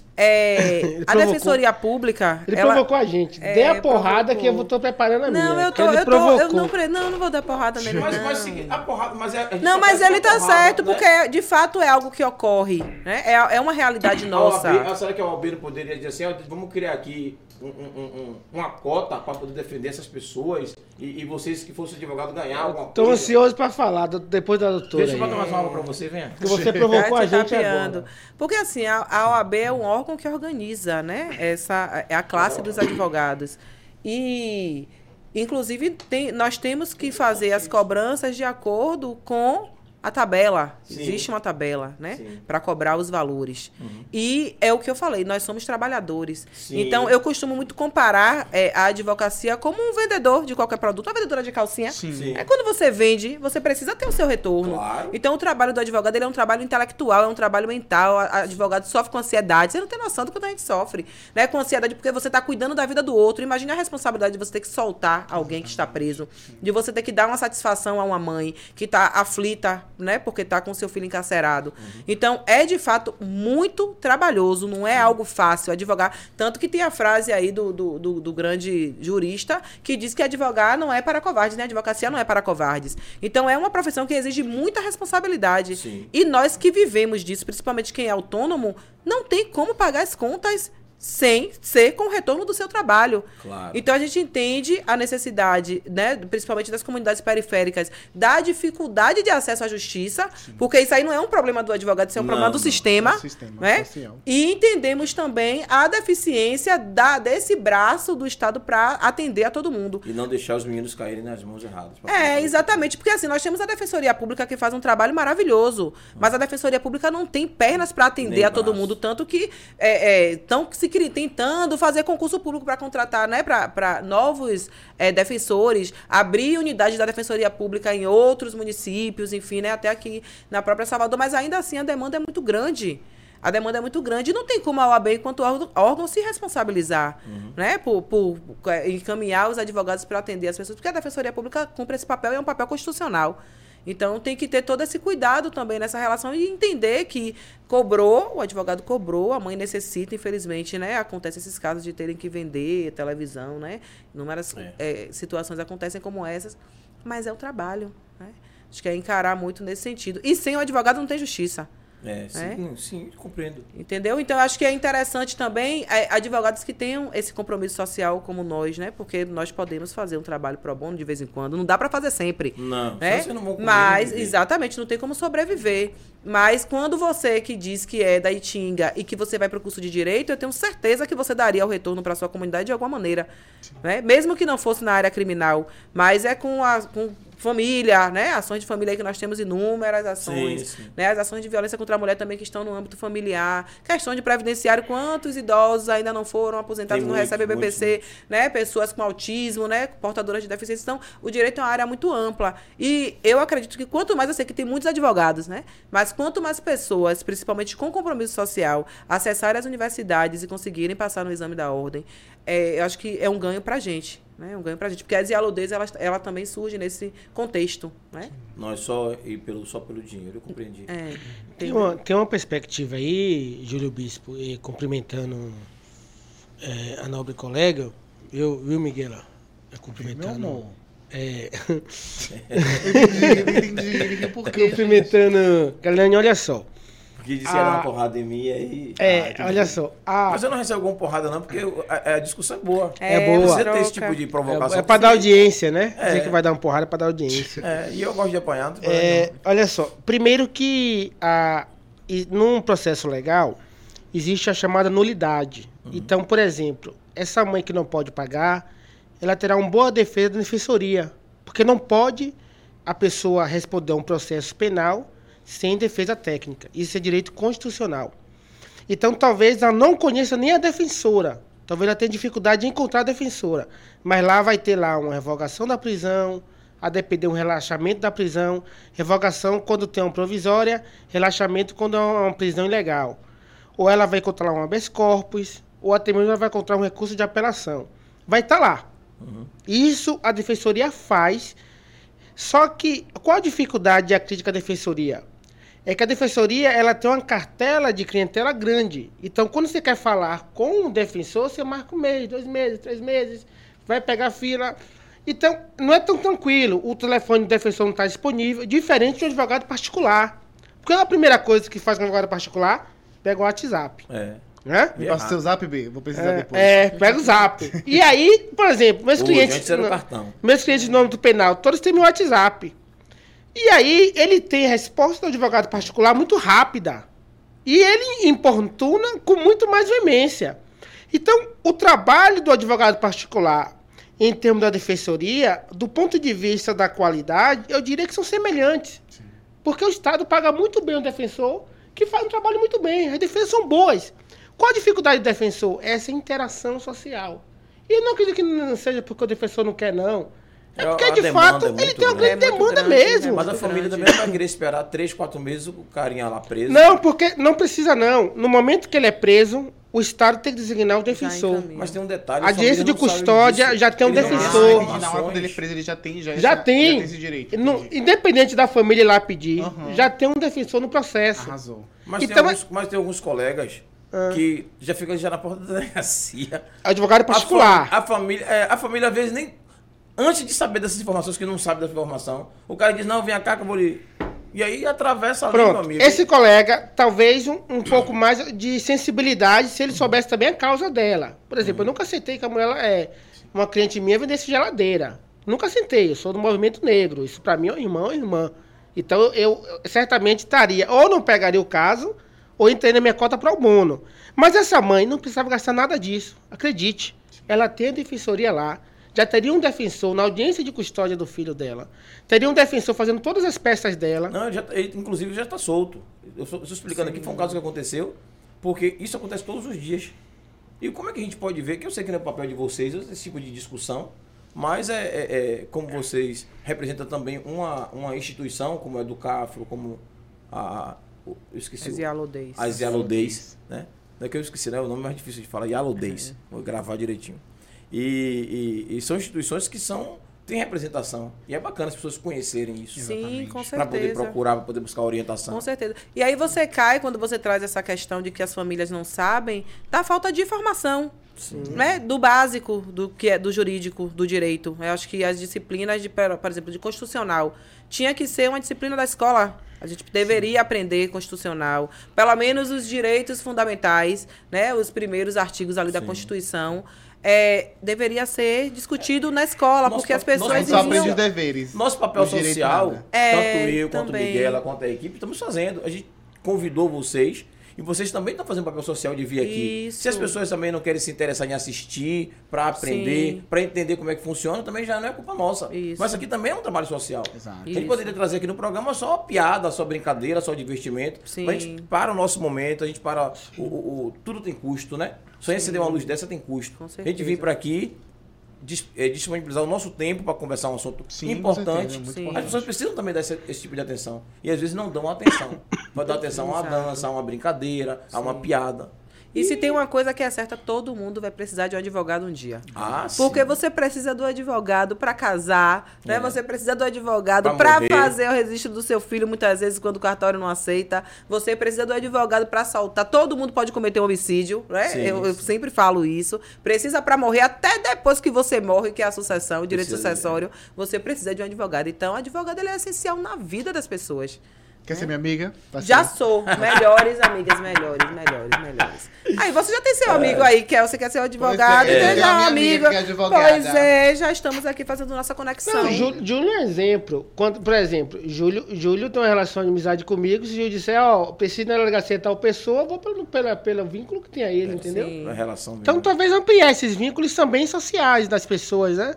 É, Ele a provocou. Defensoria Pública... Ele ela... provocou a gente. É, Dê a porrada provocou. que eu tô preparando a minha. Não, eu que tô... ele Eu, tô provocou. eu não, pre- não, não vou dar porrada nele, Mas, não. mas seguir a porrada, mas é, a gente Não, só mas faz ele a tá porrada, certo, né? porque de fato é algo que ocorre, né? É, é uma realidade nossa. A O A B, será que a O A B não poderia dizer assim, ó, vamos criar aqui um, um, um, uma cota para poder defender essas pessoas e, e vocês que fossem advogado ganhar alguma Tô coisa? ansioso pra falar, do- depois da doutora. Deixa eu aí. botar mais uma aula para você, venha. Porque você provocou Tá a te gente tapeando. agora. Porque assim, a, a O A B é um órgão que organiza, né? Essa é a classe dos advogados. E, inclusive, tem, nós temos que fazer as cobranças de acordo com a tabela. Sim. Existe uma tabela, né? Sim. Para cobrar os valores. Uhum. E é o que eu falei, nós somos trabalhadores. Sim. Então, eu costumo muito comparar é, a advocacia como um vendedor de qualquer produto. Uma vendedora de calcinha. Sim. Sim. É quando você vende, você precisa ter o seu retorno. Claro. Então, o trabalho do advogado ele é um trabalho intelectual, é um trabalho mental. O advogado sofre com ansiedade. Você não tem noção do que a gente sofre, né? Com ansiedade porque você está cuidando da vida do outro. Imagine a responsabilidade de você ter que soltar alguém que está preso, de você ter que dar uma satisfação a uma mãe que está aflita, né? Porque está com seu filho encarcerado. Uhum. Então, é de fato muito trabalhoso, não é algo fácil advogar. Tanto que tem a frase aí do, do, do, do grande jurista que diz que advogar não é para covardes, né? Advocacia não é para covardes. Então, é uma profissão que exige muita responsabilidade. Sim. E nós que vivemos disso, principalmente quem é autônomo, não tem como pagar as contas sem ser com o retorno do seu trabalho. Claro. Então a gente entende a necessidade, né, principalmente das comunidades periféricas, da dificuldade de acesso à justiça, Sim. porque isso aí não é um problema do advogado, isso é um Não, problema do não. sistema, É um sistema né? social. E entendemos também a deficiência da, desse braço do Estado para atender a todo mundo. E não deixar os meninos caírem nas mãos erradas. É, exatamente, porque assim, nós temos a Defensoria Pública que faz um trabalho maravilhoso, mas a Defensoria Pública não tem pernas para atender Nem a todo braço. mundo, tanto que é, é, tão se cri- tentando fazer concurso público para contratar, né, para novos é, defensores, abrir unidades da Defensoria Pública em outros municípios, enfim, né, até aqui na própria Salvador, mas ainda assim a demanda é muito grande. A demanda é muito grande e não tem como a O A B, enquanto órgão, órgão se responsabilizar, uhum. né, por, por, por encaminhar os advogados para atender as pessoas, porque a Defensoria Pública cumpre esse papel e é um papel constitucional. Então, tem que ter todo esse cuidado também nessa relação e entender que cobrou, o advogado cobrou, a mãe necessita, infelizmente, né? Acontece esses casos de terem que vender televisão, né? Inúmeras é. É, situações acontecem como essas, mas é o trabalho, né? Acho que é encarar muito nesse sentido. E sem o advogado não tem justiça. É, sim, é? sim, compreendo. Entendeu? Então, acho que é interessante também é, advogados que tenham esse compromisso social como nós, né? Porque nós podemos fazer um trabalho pro bono de vez em quando. Não dá para fazer sempre. Não, né? você não vai Mas, exatamente, não tem como sobreviver. Mas quando você que diz que é da Itinga e que você vai para o curso de Direito, eu tenho certeza que você daria o retorno para a sua comunidade de alguma maneira. Né? Mesmo que não fosse na área criminal, mas é com a com família, né? Ações de família aí que nós temos inúmeras ações. Sim, sim. Né? As ações de violência contra a mulher também que estão no âmbito familiar. Questão de previdenciário, quantos idosos ainda não foram aposentados, Tem não muitos, recebem B P C, muitos, né? Pessoas com autismo, né? Portadoras de deficiência. Então, o direito é uma área muito ampla. E eu acredito que quanto mais, eu sei que tem muitos advogados, né? Mas quanto mais pessoas, principalmente com compromisso social, acessarem as universidades e conseguirem passar no exame da ordem, é, eu acho que é um ganho pra gente. Né? Um ganho pra gente. Porque a dialudez, ela, ela também surge nesse contexto. Né? Nós só ir pelo, só pelo dinheiro, eu compreendi. É, Tem uma, tem uma perspectiva aí, Júlio Bispo, e cumprimentando é, a nobre colega, eu, viu, Miguela? É, cumprimentando. Meu amor. É, Entendi, entendi. Por quê? cumprimentando. Galera, olha só. Porque disseram uma Ah, porrada em mim aí. É, Ah, olha só. A, Mas eu não recebo alguma porrada, não, porque a, a discussão é boa. É boa. Você ter troca. esse tipo de provocação. é, é pra dar audiência, né? É. Dizer que vai dar uma porrada pra dar audiência. É, e eu gosto de apanhar, não tem problema É, não. olha só, primeiro que a, e num processo legal existe a chamada nulidade. Então, por exemplo, essa mãe que não pode pagar, ela terá uma boa defesa da defensoria, porque não pode a pessoa responder a um processo penal sem defesa técnica. Isso é direito constitucional. Então, talvez ela não conheça nem a defensora. Talvez ela tenha dificuldade de encontrar a defensora. Mas lá vai ter lá uma revogação da prisão, a depender um relaxamento da prisão, revogação quando tem uma provisória, relaxamento quando é uma prisão ilegal. Ou ela vai encontrar um habeas corpus, ou até mesmo ela vai encontrar um recurso de apelação. Vai estar lá. Uhum. Isso a defensoria faz. Só que qual a dificuldade e a crítica à defensoria? É que a defensoria ela tem uma cartela de clientela grande. Então, quando você quer falar com o defensor, você marca um mês, dois meses, três meses, vai pegar fila. Então, não é tão tranquilo. O telefone do defensor não está disponível, diferente de um advogado particular. Porque a primeira coisa que faz com um advogado particular, pega o WhatsApp. É. Né? Me passa o seu zap, B. Vou precisar É, depois. é, pega o zap. E aí, por exemplo, meus Hoje, clientes. antes era o cartão. Meus clientes no nome do penal, todos têm meu WhatsApp. E aí, ele tem a resposta do advogado particular muito rápida. E ele importuna com muito mais veemência. Então, o trabalho do advogado particular, em termos da defensoria, do ponto de vista da qualidade, eu diria que são semelhantes. Sim. Porque o Estado paga muito bem o defensor, que faz um trabalho muito bem. As defesas são boas. Qual a dificuldade do defensor? Essa interação social. E eu não acredito que não seja porque o defensor não quer, não. É porque, A de demanda fato, é muito ele tem uma grande. grande É muito demanda grande, mesmo. né? Mas a família grande. também não vai querer esperar três, quatro meses o carinha lá preso. Não, porque não precisa, não. No momento que ele é preso, o Estado tem que designar o defensor. encaminha. Mas tem um detalhe. A audiência de custódia já tem um Ele não tem defensor. informações. E na hora quando ele é preso, ele já tem, já, Já essa- tem. já tem esse direito. No- entendi. independente da família ir lá pedir, Aham. já tem um defensor no processo. Arrasou. Mas, Então, tem alguns, mas tem alguns colegas Ah. que já ficam já na porta da delegacia. Advogado particular. A, fam- a família, é, a família, às vezes, nem. Antes de saber dessas informações, que não sabe dessa informação, o cara diz: não, vem cá que eu vou lhe. E aí atravessa ali, meu Pronto, amigo. esse colega, talvez um, um pouco mais de sensibilidade, se ele soubesse também a causa dela. Por exemplo, eu nunca aceitei que a mulher, ela é uma cliente minha, vendesse geladeira. Nunca aceitei, eu sou do movimento negro. Isso pra mim é um irmão ou irmã. Então eu, eu certamente estaria, ou não pegaria o caso, ou entrei na minha cota pro bono. Mas essa mãe não precisava gastar nada disso, acredite. Ela tem a defensoria lá. Já teria um defensor na audiência de custódia do filho dela. Teria um defensor fazendo todas as peças dela. Não, ele, já, ele inclusive já está solto. Eu estou explicando aqui, foi um caso que aconteceu, porque isso acontece todos os dias. E como é que a gente pode ver, que eu sei que não é o papel de vocês, esse tipo de discussão, mas é, é, é como vocês representam também uma, uma instituição, como a Educafro, como a... Eu esqueci. As Yalodez. As Yalodez, né? Não é que eu esqueci, né? O nome mais difícil de falar, Yalodez. Vou gravar direitinho. E, e, e são instituições que são, têm representação. E é bacana as pessoas conhecerem isso. Sim, com Para poder certeza. procurar, para poder buscar orientação. Com certeza. E aí você cai, quando você traz essa questão de que as famílias não sabem, da falta de informação. Né? Do básico, do que é do jurídico, do direito. Eu acho que as disciplinas, de, por exemplo, de constitucional, tinha que ser uma disciplina da escola. A gente deveria Sim. aprender constitucional. Pelo menos os direitos fundamentais, né? Os primeiros artigos ali Sim. da Constituição. é, deveria ser discutido na escola, Nossa, porque as nossa, A pessoas gente só aprende iriam... os deveres. Nosso papel Os direitos social, nada. É, tanto eu, quanto o também. Miguel, quanto a equipe, estamos fazendo. A gente convidou vocês e vocês também estão fazendo papel social de vir aqui. Isso. Se as pessoas também não querem se interessar em assistir, para aprender, Sim. para entender como é que funciona, também já não é culpa nossa. Isso. Mas aqui também é um trabalho social. Exato. A gente Isso. poderia trazer aqui no programa só piada, só brincadeira, só divertimento. Sim. Mas a gente para o nosso momento, a gente para o, o- o- tudo tem custo, né? Só em acender uma luz dessa tem custo. Com A gente certeza. vir para aqui dis- eh, disponibilizar o nosso tempo para conversar um assunto Sim, com importante. certeza, muito Sim. importante. As pessoas precisam também dar esse, esse tipo de atenção. E às vezes não dão atenção. Vai dar atenção a uma Exato. dança, a uma brincadeira, a uma piada. E se tem uma coisa que é certa, todo mundo vai precisar de um advogado um dia. Ah, Porque sim. você precisa do advogado para casar, né? É. Você precisa do advogado Pra para morrer. fazer o registro do seu filho, muitas vezes, quando o cartório não aceita. Você precisa do advogado para assaltar. Todo mundo pode cometer um homicídio, né? Sim, eu, eu sim. sempre falo isso. Precisa para morrer, até depois que você morre, que é a sucessão, o direito Precisa de- sucessório, você precisa de um advogado. Então, o advogado ele é essencial na vida das pessoas. Quer ser minha amiga? Tá Já certo. sou. Melhores amigas, melhores, melhores, melhores. Aí você já tem seu amigo aí, que é, você quer ser um advogado, Pois é, então eu já tenho é a um minha amigo. amiga que é advogada. Pois é, já estamos aqui fazendo nossa conexão. Não, Júlio, Júlio é um exemplo. Quando, por exemplo, Júlio, Júlio tem uma relação de amizade comigo. Se Júlio disser, ó, preciso na delegacia de tal pessoa, eu vou pelo, pela, pelo vínculo que tem a ele, entendeu? Sim. A relação mesmo. Então talvez ampliar esses vínculos também sociais das pessoas, né?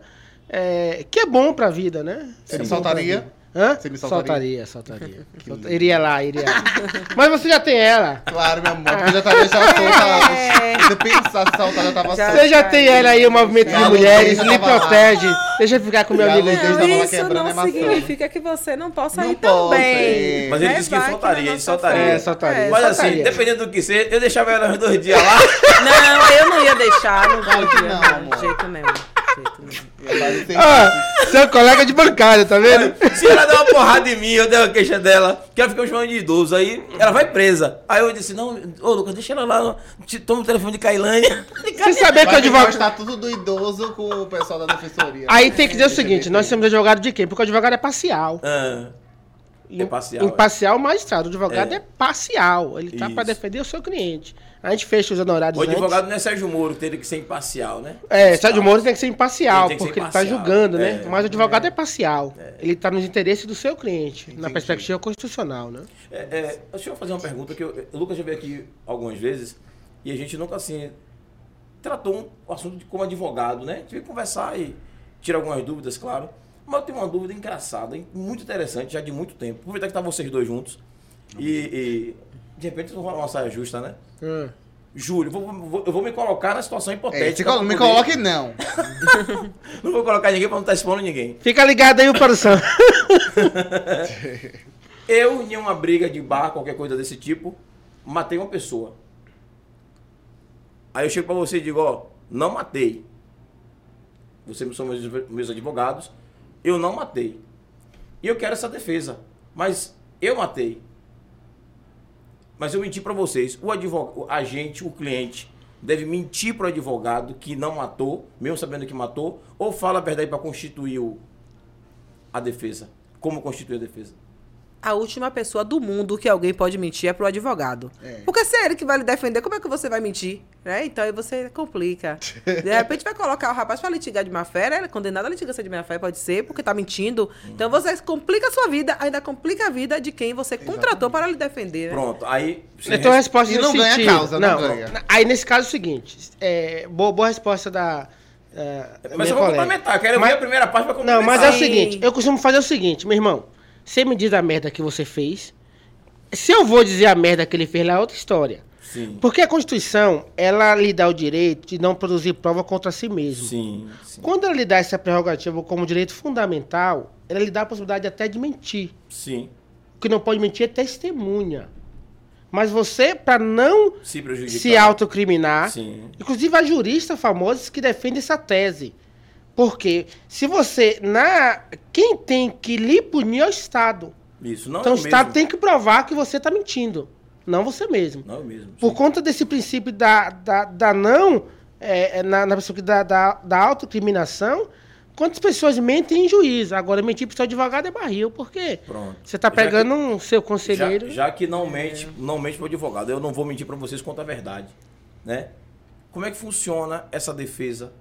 É, que é bom pra vida, né? Você É me bom pra soltaria? vida. Hã? Você me soltaria? Soltaria, soltaria. Solta- Iria lá, iria lá. Mas você já tem ela. Claro, meu amor, porque já tá deixando solta É. antes. Se você pensasse soltar, já tava Já- solta. Você já tem ela aí, o movimento E de a mulheres, Luísa lhe tava lá. protege. Deixa eu ficar com meu E a amigo Luísa aqui. tava lá Não, isso quebrando não a maçã. significa que você não possa Não ir posso, também. é. Mas ele Né? disse que Vai que soltaria, na ele nossa soltaria. É, soltaria. É, Mas assim, soltaria. dependendo do que ser, eu deixava ela uns dois dias lá. Não, eu não ia deixar, não Claro que podia, não, não, amor. de jeito nenhum. De jeito nenhum. E ela vai ser- Ah, seu colega de bancada, tá vendo? Se ela der uma porrada em mim, eu der uma queixa dela, que ela fica me chamando de idoso, aí ela vai presa. Aí eu disse, não, ô Lucas, deixa ela lá, te- toma o telefone de Cailane. Você sabia que o Vai ficar o advogado... estatuto do idoso com o pessoal da defensoria. Aí tem que dizer o seguinte, L G B T. nós temos advogado de quem? Porque o advogado é parcial. Ah, é parcial. Imparcial, magistrado. O advogado É. é, parcial. Ele tá Isso. para defender o seu cliente. A gente fecha os honorários O antes. advogado não é Sérgio Moro, que teria que ser imparcial, né? É, Sérgio Moro tem que ser imparcial, Ele tem que ser porque ele imparcial. está julgando, né? É, Mas o advogado é, parcial. Ele está nos interesses do seu cliente, na perspectiva constitucional, né? É, é, deixa eu fazer uma pergunta, que eu, o Lucas já veio aqui algumas vezes, e a gente nunca, assim, tratou um, o assunto de, como advogado, né? A gente veio conversar e tirar algumas dúvidas, claro. Mas eu tenho uma dúvida engraçada, hein? Muito interessante, já de muito tempo. Aproveitar que tá vocês dois juntos. E, e de repente, vou rolar uma saia justa, né? Hum. Júlio, eu vou, vou- eu vou me colocar na situação É, hipotética. se colo- pra me poder- coloque não. Não vou colocar ninguém pra não estar expondo ninguém. Fica ligado aí, o produção. Eu, em uma briga de bar, qualquer coisa desse tipo, matei uma pessoa. Aí eu chego pra você e digo, ó, não matei. Vocês são meus, meus advogados. Eu não matei. E eu quero essa defesa. Mas eu matei. Mas eu menti pra vocês. O advogado, o agente, o cliente, deve mentir pro advogado que não matou, mesmo sabendo que matou, ou fala a verdade pra constituir o, a defesa. Como constituir a defesa? A última pessoa do mundo que alguém pode mentir é pro advogado. É. Porque se é ele que vai lhe defender, como é que você vai mentir? Né? Então aí você complica. De repente vai colocar o rapaz para litigar de má fé, né? Ele é condenado a litigação de má fé, pode ser, porque tá mentindo. Então você complica a sua vida, ainda complica a vida de quem você contratou para lhe defender. Né? Pronto, aí... você Então a resposta E nesse não ganha sentido. causa, não ganha. Aí nesse caso é o seguinte, é, boa, boa resposta da... é, Mas minha eu vou colega. complementar, eu quero Mas- ver a primeira parte pra complementar. Não, mas é o Sim. seguinte, eu costumo fazer o seguinte, meu irmão, você me diz a merda que você fez, se eu vou dizer a merda que ele fez lá é outra história. Sim, Porque a Constituição, ela lhe dá o direito de não produzir prova contra si mesmo. sim, sim, Quando ela lhe dá essa prerrogativa como direito fundamental, ela lhe dá a possibilidade até de mentir. sim. O que não pode mentir é testemunha. Mas você, para não Se prejudicar. se autocriminar, Sim, inclusive há juristas famosos que defendem essa tese. Porque se você, na quem tem que lhe punir é o Estado. isso. Não Então é o o Estado mesmo. tem que provar que você está mentindo, não você mesmo. Não é o mesmo. Por sim. conta desse princípio da, da, da não, é, é, na, na pessoa da, da, da autocriminação, quantas pessoas mentem em juízo? Agora, mentir para o seu advogado é barril, por quê? Pronto. Você está Já pegando que- um seu Já, conselheiro... já que não mente, não mente pro advogado, eu não vou mentir pra vocês contra a verdade, né? Como é que funciona essa defesa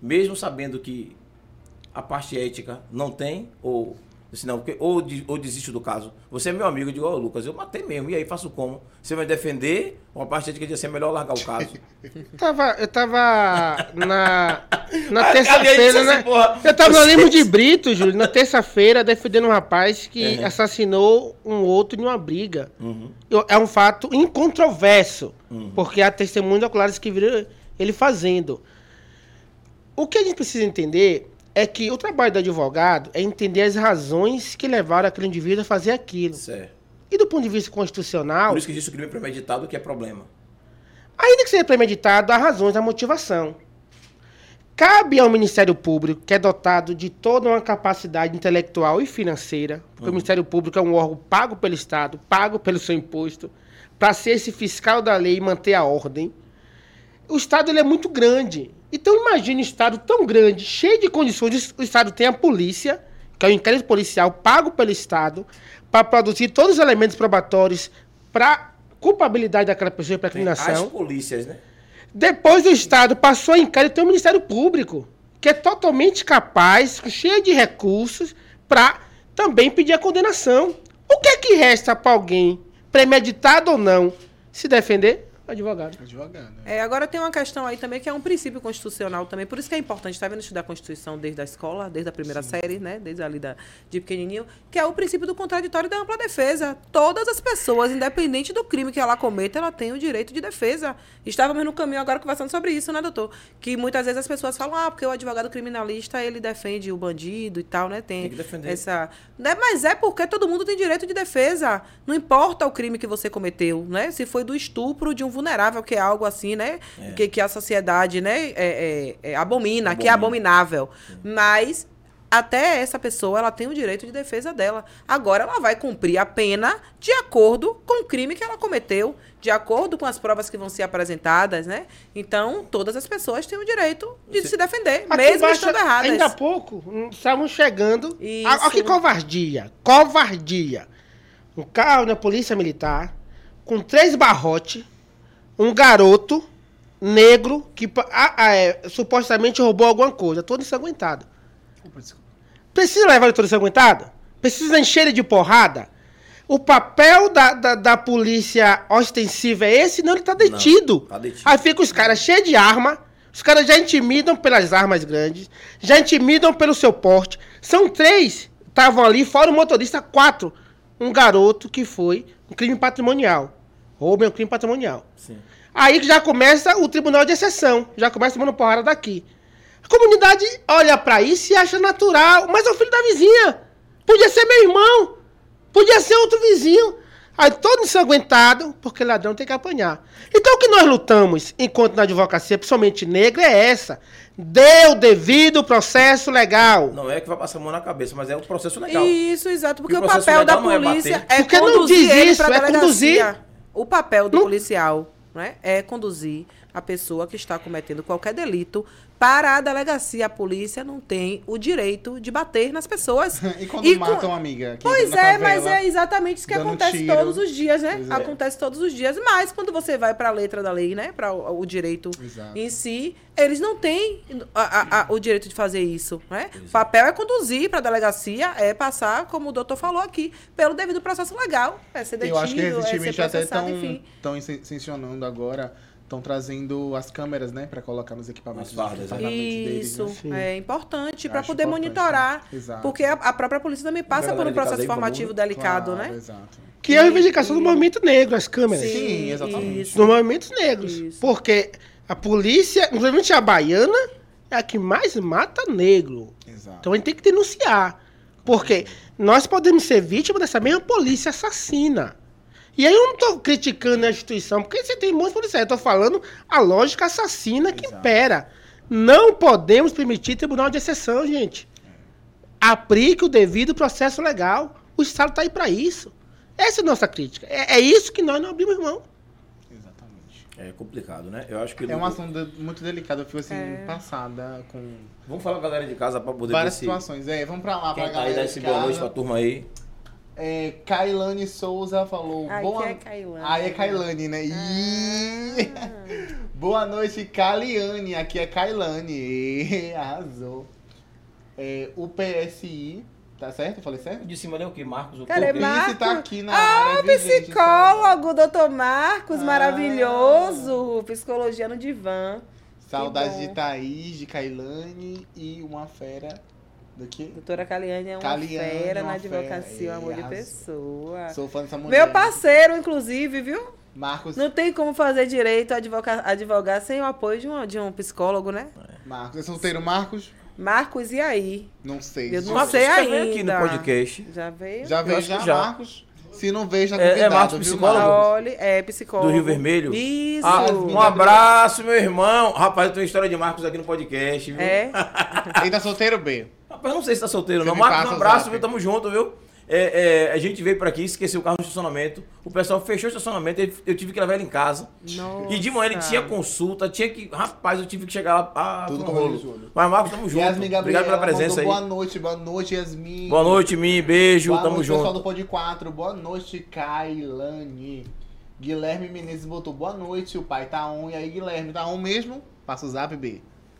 mesmo sabendo que a parte ética não tem, ou, assim, não, porque, ou, de, ou desiste do caso. Você é meu amigo, eu digo, ó, Lucas, eu matei mesmo, e aí faço como? Você vai defender, ou a parte ética diz assim, é melhor largar o caso? Tava, eu tava na, na Ah, terça-feira, assim, né? porra, Eu tava no vocês- Limo de Brito, Júlio, na terça-feira, defendendo um rapaz que Uhum. assassinou um outro em uma briga. Uhum. Eu- É um fato incontroverso, Uhum. porque há testemunhos oculares que viram ele fazendo. O que a gente precisa entender é que o trabalho do advogado é entender as razões que levaram aquele indivíduo a fazer aquilo. Certo. E do ponto de vista constitucional, Por isso que existe o crime premeditado, que é problema. ainda que seja premeditado, há razões da motivação. Cabe ao Ministério Público, que é dotado de toda uma capacidade intelectual e financeira, porque o Ministério Público é um órgão pago pelo Estado, pago pelo seu imposto, para ser esse fiscal da lei e manter a ordem. O Estado ele é muito grande. Então imagine um Estado tão grande, cheio de condições. O Estado tem a polícia, que é o inquérito policial pago pelo Estado, para produzir todos os elementos probatórios para culpabilidade daquela pessoa para Tem as criminação. polícias, né? Depois do Estado passou a inquérito, tem o Ministério Público, que é totalmente capaz, cheio de recursos, para também pedir a condenação. O que é que resta para alguém, premeditado ou não, se defender? Advogado. Advogado. É, agora tem uma questão aí também que é um princípio constitucional também. Por isso que é importante, está vendo, estudar a Constituição desde a escola, desde a primeira série, né? Desde ali da, de pequenininho, que é o princípio do contraditório e da ampla defesa. Todas as pessoas, independente do crime que ela cometa, ela tem o direito de defesa. Estávamos no caminho agora conversando sobre isso, né, doutor? Que muitas vezes as pessoas falam, ah, porque o advogado criminalista, ele defende o bandido e tal, né? Tem, Tem que defender. essa... Né? Mas é porque todo mundo tem direito de defesa. Não importa o crime que você cometeu, né? Se foi do estupro de um vulnerável, que é algo assim, né? É. Que, que a sociedade, né, é, é, é, abomina, Abomina. que é abominável. Mas até essa pessoa, ela tem o direito de defesa dela. Agora ela vai cumprir a pena de acordo com o crime que ela cometeu, de acordo com as provas que vão ser apresentadas, né? Então, todas as pessoas têm o direito de Você- se defender, Aqui mesmo embaixo, estando erradas. Ainda há pouco, hum, estávamos chegando. Isso. Olha que covardia. Covardia. Um carro da Polícia Militar, com três barrotes, um garoto negro que pa- ah, ah, é, supostamente roubou alguma coisa, todo ensanguentado. Opa, desculpa. Precisa levar ele todo ensanguentado? Precisa encher ele de porrada? O papel da, da, da polícia ostensiva é esse? Não, ele tá detido. tá detido. Aí fica os caras cheios de arma, os caras já intimidam pelas armas grandes, já intimidam pelo seu porte. São três, estavam ali, fora o motorista, quatro. Um garoto que foi um crime patrimonial. Roubo é um crime patrimonial. Sim. Aí que já começa o tribunal de exceção. Já começa tomando porrada daqui. A comunidade olha pra isso e acha natural. Mas é o filho da vizinha. Podia ser meu irmão. Podia ser outro vizinho. Aí todo ensanguentado, porque ladrão tem que apanhar. Então o que nós lutamos, enquanto na advocacia, principalmente negra, é essa. Dê o devido processo legal. Não é que vai passar a mão na cabeça, mas é o processo legal. Isso, exato. Porque E o o processo papel da legal não é polícia bater. é, Porque não conduzir diz ele isso, pra é delegacia. conduzir. O papel do Não- policial, né, é conduzir a pessoa que está cometendo qualquer delito para a delegacia. A polícia não tem o direito de bater nas pessoas. E quando E matam com- uma amiga? que Pois entra na é, mas favela, é exatamente isso que dando acontece tiro. todos os dias, né? Pois é. Acontece todos os dias. Mas quando você vai para a letra da lei, né? Para o, o direito Exato. em si, eles não têm a- a- a- o direito de fazer isso, né? Pois é. O papel é conduzir para a delegacia, é passar, como o doutor falou aqui, pelo devido processo legal. É ser detido, Eu acho que é ser recentemente até processado, estão enfim. sancionando agora, estão trazendo as câmeras, né, pra colocar nos equipamentos, Nas fardas, nos né? armamentos deles, Isso, né? Sim. é importante Eu para acho poder importante, monitorar. né? Exato. Porque a, a própria polícia também passa por galera um de casa processo aí, formativo vamos, delicado, Claro, né? Exato. Que é a E- reivindicação do e- movimento negro, as câmeras. Sim, exatamente. isso. Dos movimentos negros. Isso. Porque a polícia, inclusive a baiana, é a que mais mata negro. Exato. Então a gente tem que denunciar. Porque nós podemos ser vítimas dessa mesma polícia assassina. E aí eu não estou criticando a instituição, porque você tem muitos policiais. Eu estou falando a lógica assassina que Exato. impera. Não podemos permitir tribunal de exceção, gente. Aplique o devido processo legal. O Estado está aí para isso. Essa é a nossa crítica. É, é isso que nós não abrimos mão. Exatamente. É complicado, né? Eu acho que... É um assunto de- muito delicado, eu fico assim, É. passada com Vamos falar com a galera de casa pra poder várias ver se... situações. É, vamos pra lá, pra Quem tá aí, galera dá de esse boa noite casa. pra turma aí. É, Kailane Souza falou. Ai, boa... que é Kailane. Aí é Kailane, né? Ih! Ah. Boa noite, Kaliane. Aqui é Kailane. Arrasou. É, o P S I, tá certo? Eu falei certo? De cima ali é o que? Marcos? O Cara, é o Prince Marco? tá aqui na Ah, área, viu, gente? psicólogo, doutor Marcos, Ah. maravilhoso. Psicologia no divã. Saudades Que de bom. Thaís, de Kailane e uma fera do quê? Doutora Caliane é uma Caliane, fera uma na advocacia, fera. um amor de Arrasou. pessoa. Sou fã dessa mulher. Meu parceiro, inclusive, viu? Marcos, Não tem como fazer direito advocar, advogar sem o apoio de um, de um psicólogo, né? Marcos. É solteiro, Marcos? Marcos, e aí? Não sei. Eu não Marcos, sei você já veio ainda. aqui no podcast. Já veio? Já veio acho que já, já. Marcos? Se não veio, já É- é convidado, Marcos viu, psicólogo? Marcos? Olha, é psicólogo. Do Rio Vermelho? Isso. Ah, Yasmin. um abraço, meu irmão. Rapaz, eu tenho história de Marcos aqui no podcast, viu? É? Ele tá solteiro, B? Rapaz, não sei se tá solteiro, Você não. me Marcos, passa um o abraço, zap. viu? Tamo junto, viu? É, é, a gente veio pra aqui, esqueceu o carro no estacionamento. O pessoal fechou o estacionamento, ele- eu tive que levar ele em casa. Nossa. E de manhã ele tinha consulta, tinha que. Rapaz, eu tive que chegar lá. Ah, Tudo foi um com rolo. ele, Júlio. Mas, Marcos, tamo junto. Yasmin Gabriela Obrigado pela presença mandou aí. boa noite, boa noite, Yasmin. Boa noite, Mi. Beijo, Boa tamo noite, junto. pessoal do Pod quatro. Boa noite, Kailane. Guilherme Menezes botou boa noite, o pai tá on. E aí, Guilherme, tá on mesmo? Passa o zap, B.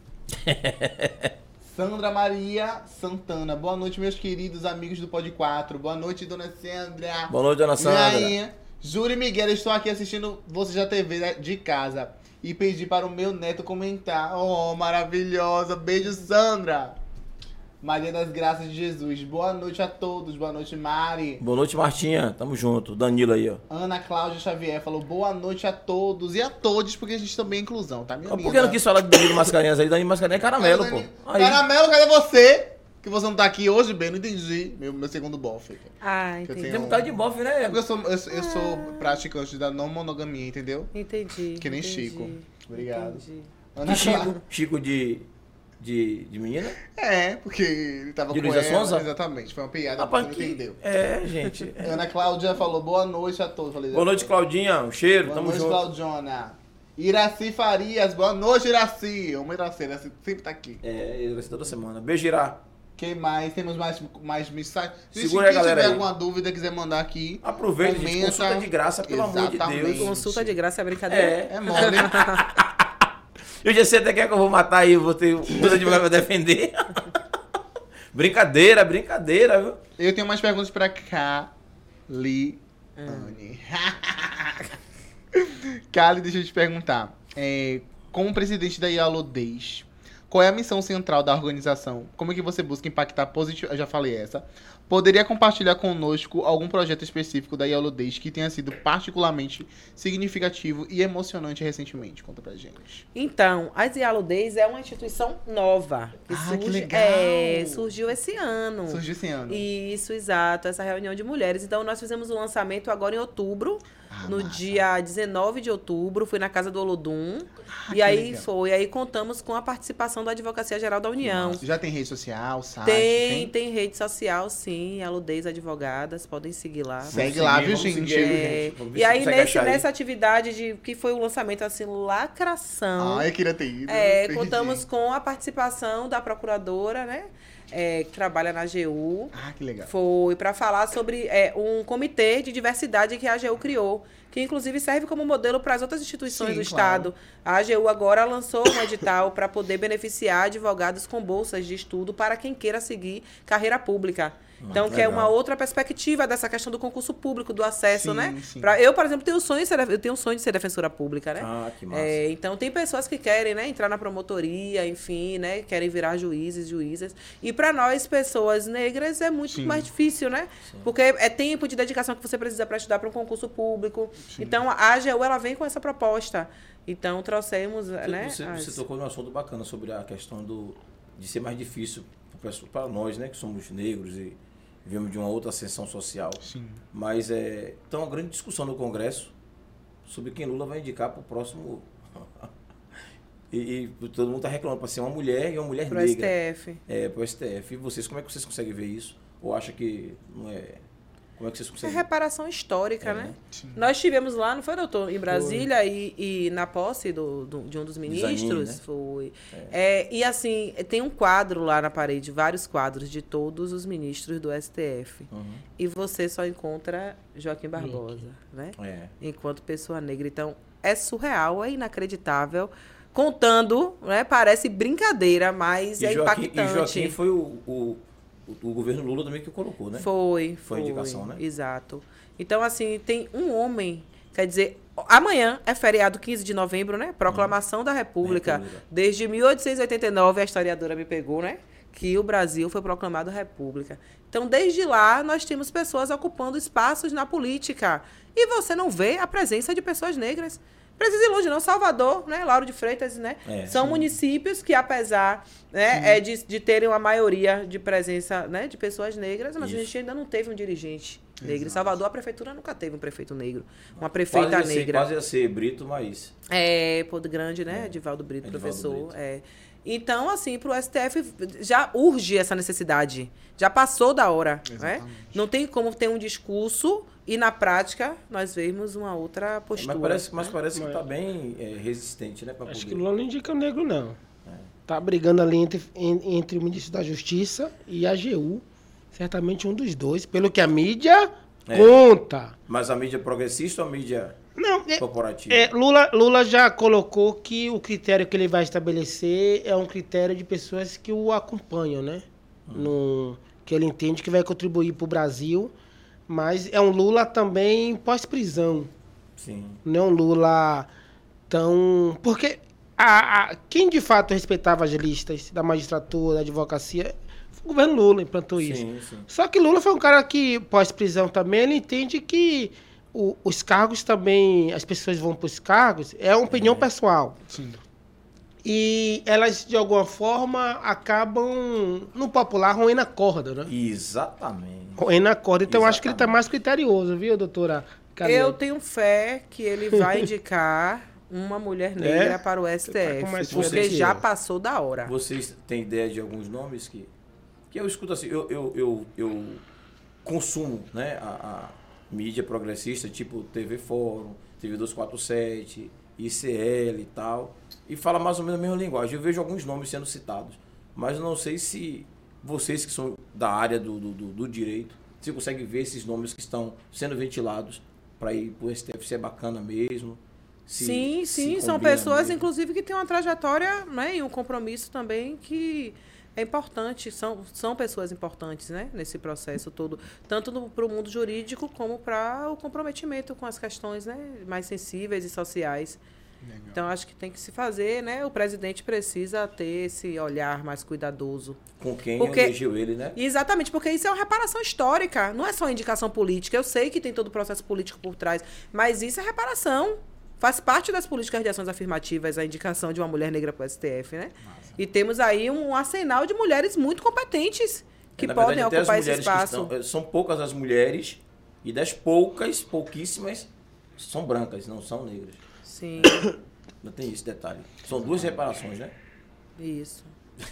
Sandra Maria Santana. Boa noite, meus queridos amigos do Pod quatro. Boa noite, dona Sandra. Boa noite, dona Sandra. Rainha. Júlio Miguel, estou aqui assistindo Você Já T V de casa. E pedi para o meu neto comentar. Oh, maravilhosa. Beijo, Sandra. Maria das Graças de Jesus. Boa noite a todos. Boa noite, Mari. Boa noite, Martinha. Tamo junto. Danilo aí, ó. Ana Cláudia Xavier falou boa noite a todos e a todos, porque a gente também é inclusão, tá, minha Por amiga? que não quis falar de Danilo Mascarenhas aí? Danilo Mascarenhas é caramelo, pô. Aí. Caramelo, cadê você? Que você não tá aqui hoje, bem, não entendi. Meu, meu segundo bofe. Ah, Que eu entendi. tenho- Tem um bocado de bofe, É né? porque eu sou, eu, sou- eu sou praticante da não monogamia, entendeu? Entendi. Que nem entendi, Chico. Obrigado. entendi. Ana Que Clá- Chico? Chico de. de. de menina? É, porque ele tava De com Luísa ela. Sonza? Exatamente, foi uma piada, Rapaz, você não que- entendeu. É, gente. é. Ana Cláudia falou boa noite a todos. Falei, Boa noite, Claudinha. Um cheiro, Boa tamo noite, junto. Claudiona. Iraci Farias, boa noite, Iraci. Uma Iraci, Iraci sempre tá aqui. É, vai ser toda semana. Beijo, Irá. Quem mais? Temos mais, mais mensagens? Gente, Segura aí, quem galera, tiver aí. alguma dúvida, quiser mandar aqui. Aproveita, gente. Comenta. Consulta de graça, pelo amor de Exatamente. Deus. Consulta de graça é brincadeira? É. É mole. E o G C até quer que eu vou matar aí, eu vou ter dois advogados pra defender. Brincadeira, brincadeira, viu? Eu tenho mais perguntas pra Kali. Kali, deixa eu te perguntar. É, como presidente da Yalodez, qual é a missão central da organização? Como é que você busca impactar positivo? Eu já falei essa. Poderia compartilhar conosco algum projeto específico da Yalodez que tenha sido particularmente significativo e emocionante recentemente? Conta pra gente. Então, a Yalodez é uma instituição nova. Que Ah, que surge- legal. É, surgiu esse ano. Surgiu esse ano. Isso, exato. Essa reunião de mulheres. Então, nós fizemos o lançamento agora em outubro. Ah, no massa. dia dezenove de outubro, fui na casa do Olodum. Ah, e que aí legal. foi. Aí contamos com a participação da Advocacia Geral da União. Já tem rede social, site? Tem, tem rede social, sim. Aludez Advogadas, podem seguir lá. Segue Vamos lá, seguir, viu, vamos gente? seguir, É, gente. Vamos ver e se aí, consegue nesse, achar aí. nessa atividade de que foi o lançamento assim, lacração. Ah, eu queria ter ido. É, perdi. contamos com a participação da procuradora, né? É, que trabalha na A G U. Ah, que legal. Foi para falar sobre é, um comitê de diversidade que a A G U criou, que inclusive serve como modelo para as outras instituições Sim, do claro. Estado. A A G U agora lançou um edital para poder beneficiar advogados com bolsas de estudo para quem queira seguir carreira pública. Então, que é legal. uma outra perspectiva dessa questão do concurso público, do acesso, Sim, né? sim. Pra, eu, por exemplo, tenho o sonho de ser, eu tenho o sonho de ser defensora pública, né? Ah, que massa. É, então, tem pessoas que querem, né, entrar na promotoria, enfim, né, querem virar juízes, juízas. E para nós, pessoas negras, é muito Sim. mais difícil, né? Porque é tempo de dedicação que você precisa para estudar para um concurso público. Então, a A G U, ela vem com essa proposta. Então, trouxemos, Você, né? você, as- você tocou num assunto bacana sobre a questão do, de ser mais difícil para nós, né, que somos negros e vivemos de uma outra ascensão social. Sim. Mas é tá uma grande discussão no Congresso sobre quem Lula vai indicar para o próximo. e, e todo mundo está reclamando para ser uma mulher e uma mulher Pro negra. S T F. É, para o S T F. E vocês, como é que vocês conseguem ver isso? Ou acha que não é Como é que vocês É conseguem? reparação histórica, É, né? Sim. Nós tivemos lá, não foi, doutor? Em Brasília e, e na posse do, do- de um dos ministros. Zanin, né? Foi. É, e assim, tem um quadro lá na parede, vários quadros de todos os ministros do S T F. Uhum. E você só encontra Joaquim Barbosa, né? É. Enquanto pessoa negra. Então, é surreal, é inacreditável. Contando, né? Parece brincadeira, mas E é Joaquim, impactante. e Joaquim foi o, o, o, o governo Lula também que colocou, né? Foi, Foi foi. indicação, né? Exato. Então, assim, tem um homem, quer dizer, amanhã é feriado quinze de novembro, né? Proclamação da República. República. Desde mil oitocentos e oitenta e nove, a historiadora me pegou, né? Que o Brasil foi proclamado República. Então, desde lá, nós temos pessoas ocupando espaços na política. E você não vê a presença de pessoas negras. Precisa ir longe, não. Salvador, né? Lauro de Freitas, né? É, São sim. municípios que, apesar né, é de, de terem uma maioria de presença né, de pessoas negras, mas Isso. a gente ainda não teve um dirigente negro. Em Exato. Salvador, a prefeitura nunca teve um prefeito negro. Uma prefeita Quase ia, ser, negra. quase ia ser Brito, mas... É, Podre Grande, né? É. Edivaldo Brito, Edivaldo professor. Brito. É. Então, assim, para o S T F já urge essa necessidade. Já passou da hora. Né? Exatamente. Não tem como ter um discurso e, na prática, nós vemos uma outra postura. Mas parece, mas parece que Mas- está bem é, resistente, né? Pra Acho que poder. Lula não indica o negro, não. Tá brigando ali entre, en- entre o ministro da Justiça e a A G U. Certamente um dos dois, pelo que a mídia É. conta. Mas a mídia progressista ou a mídia Não, é, corporativa? é, Lula, Lula já colocou que o critério que ele vai estabelecer é um critério de pessoas que o acompanham, né? No, que ele entende que vai contribuir para o Brasil, mas é um Lula também pós-prisão. Sim. Não é um Lula tão... Porque a, a- quem de fato respeitava as listas da magistratura, da advocacia, foi o governo Lula, implantou isso. Sim, sim. Só que Lula foi um cara que, pós-prisão também, ele entende que o- os cargos também, as pessoas vão para os cargos, é uma opinião pessoal. Sim. E elas, de alguma forma, acabam, no popular, roendo a corda, né? Exatamente. Roendo a corda. Então, eu acho que ele está Exatamente. mais criterioso, viu, doutora Kaliane? Eu tenho fé que ele vai indicar uma mulher negra É? para o S T Tá com F, mais porque força já que eu. passou da hora. Vocês têm ideia de alguns nomes que, que eu escuto assim, eu, eu, eu, eu consumo né, a, a mídia progressista, tipo T V Fórum, T V duzentos e quarenta e sete, I C L e tal, e fala mais ou menos a mesma linguagem. Eu vejo alguns nomes sendo citados, mas eu não sei se vocês que são da área do, do, do, do direito, se conseguem ver esses nomes que estão sendo ventilados para ir para o S T F, se é bacana mesmo. se- sim, se sim, são combina pessoas, mesmo. inclusive, que têm uma trajetória né, e um compromisso também que é importante. São, são pessoas importantes né, nesse processo todo, tanto para o mundo jurídico como para o comprometimento com as questões né, mais sensíveis e sociais. Legal. Então, acho que tem que se fazer, né? O presidente precisa ter esse olhar mais cuidadoso. Com quem Porque- elegeu ele, né? Exatamente, porque isso é uma reparação histórica, não é só indicação política. Eu sei que tem todo o processo político por trás, mas isso é reparação. Faz parte das políticas de ações afirmativas a indicação de uma mulher negra para o S T F, né? E temos aí um arsenal de mulheres muito competentes que Na podem verdade, até as ocupar esse mulheres que espaço. estão- eh, são poucas as mulheres e das poucas, pouquíssimas, são brancas, não são negras. Sim, Não tem esse detalhe. São duas reparações, né? isso.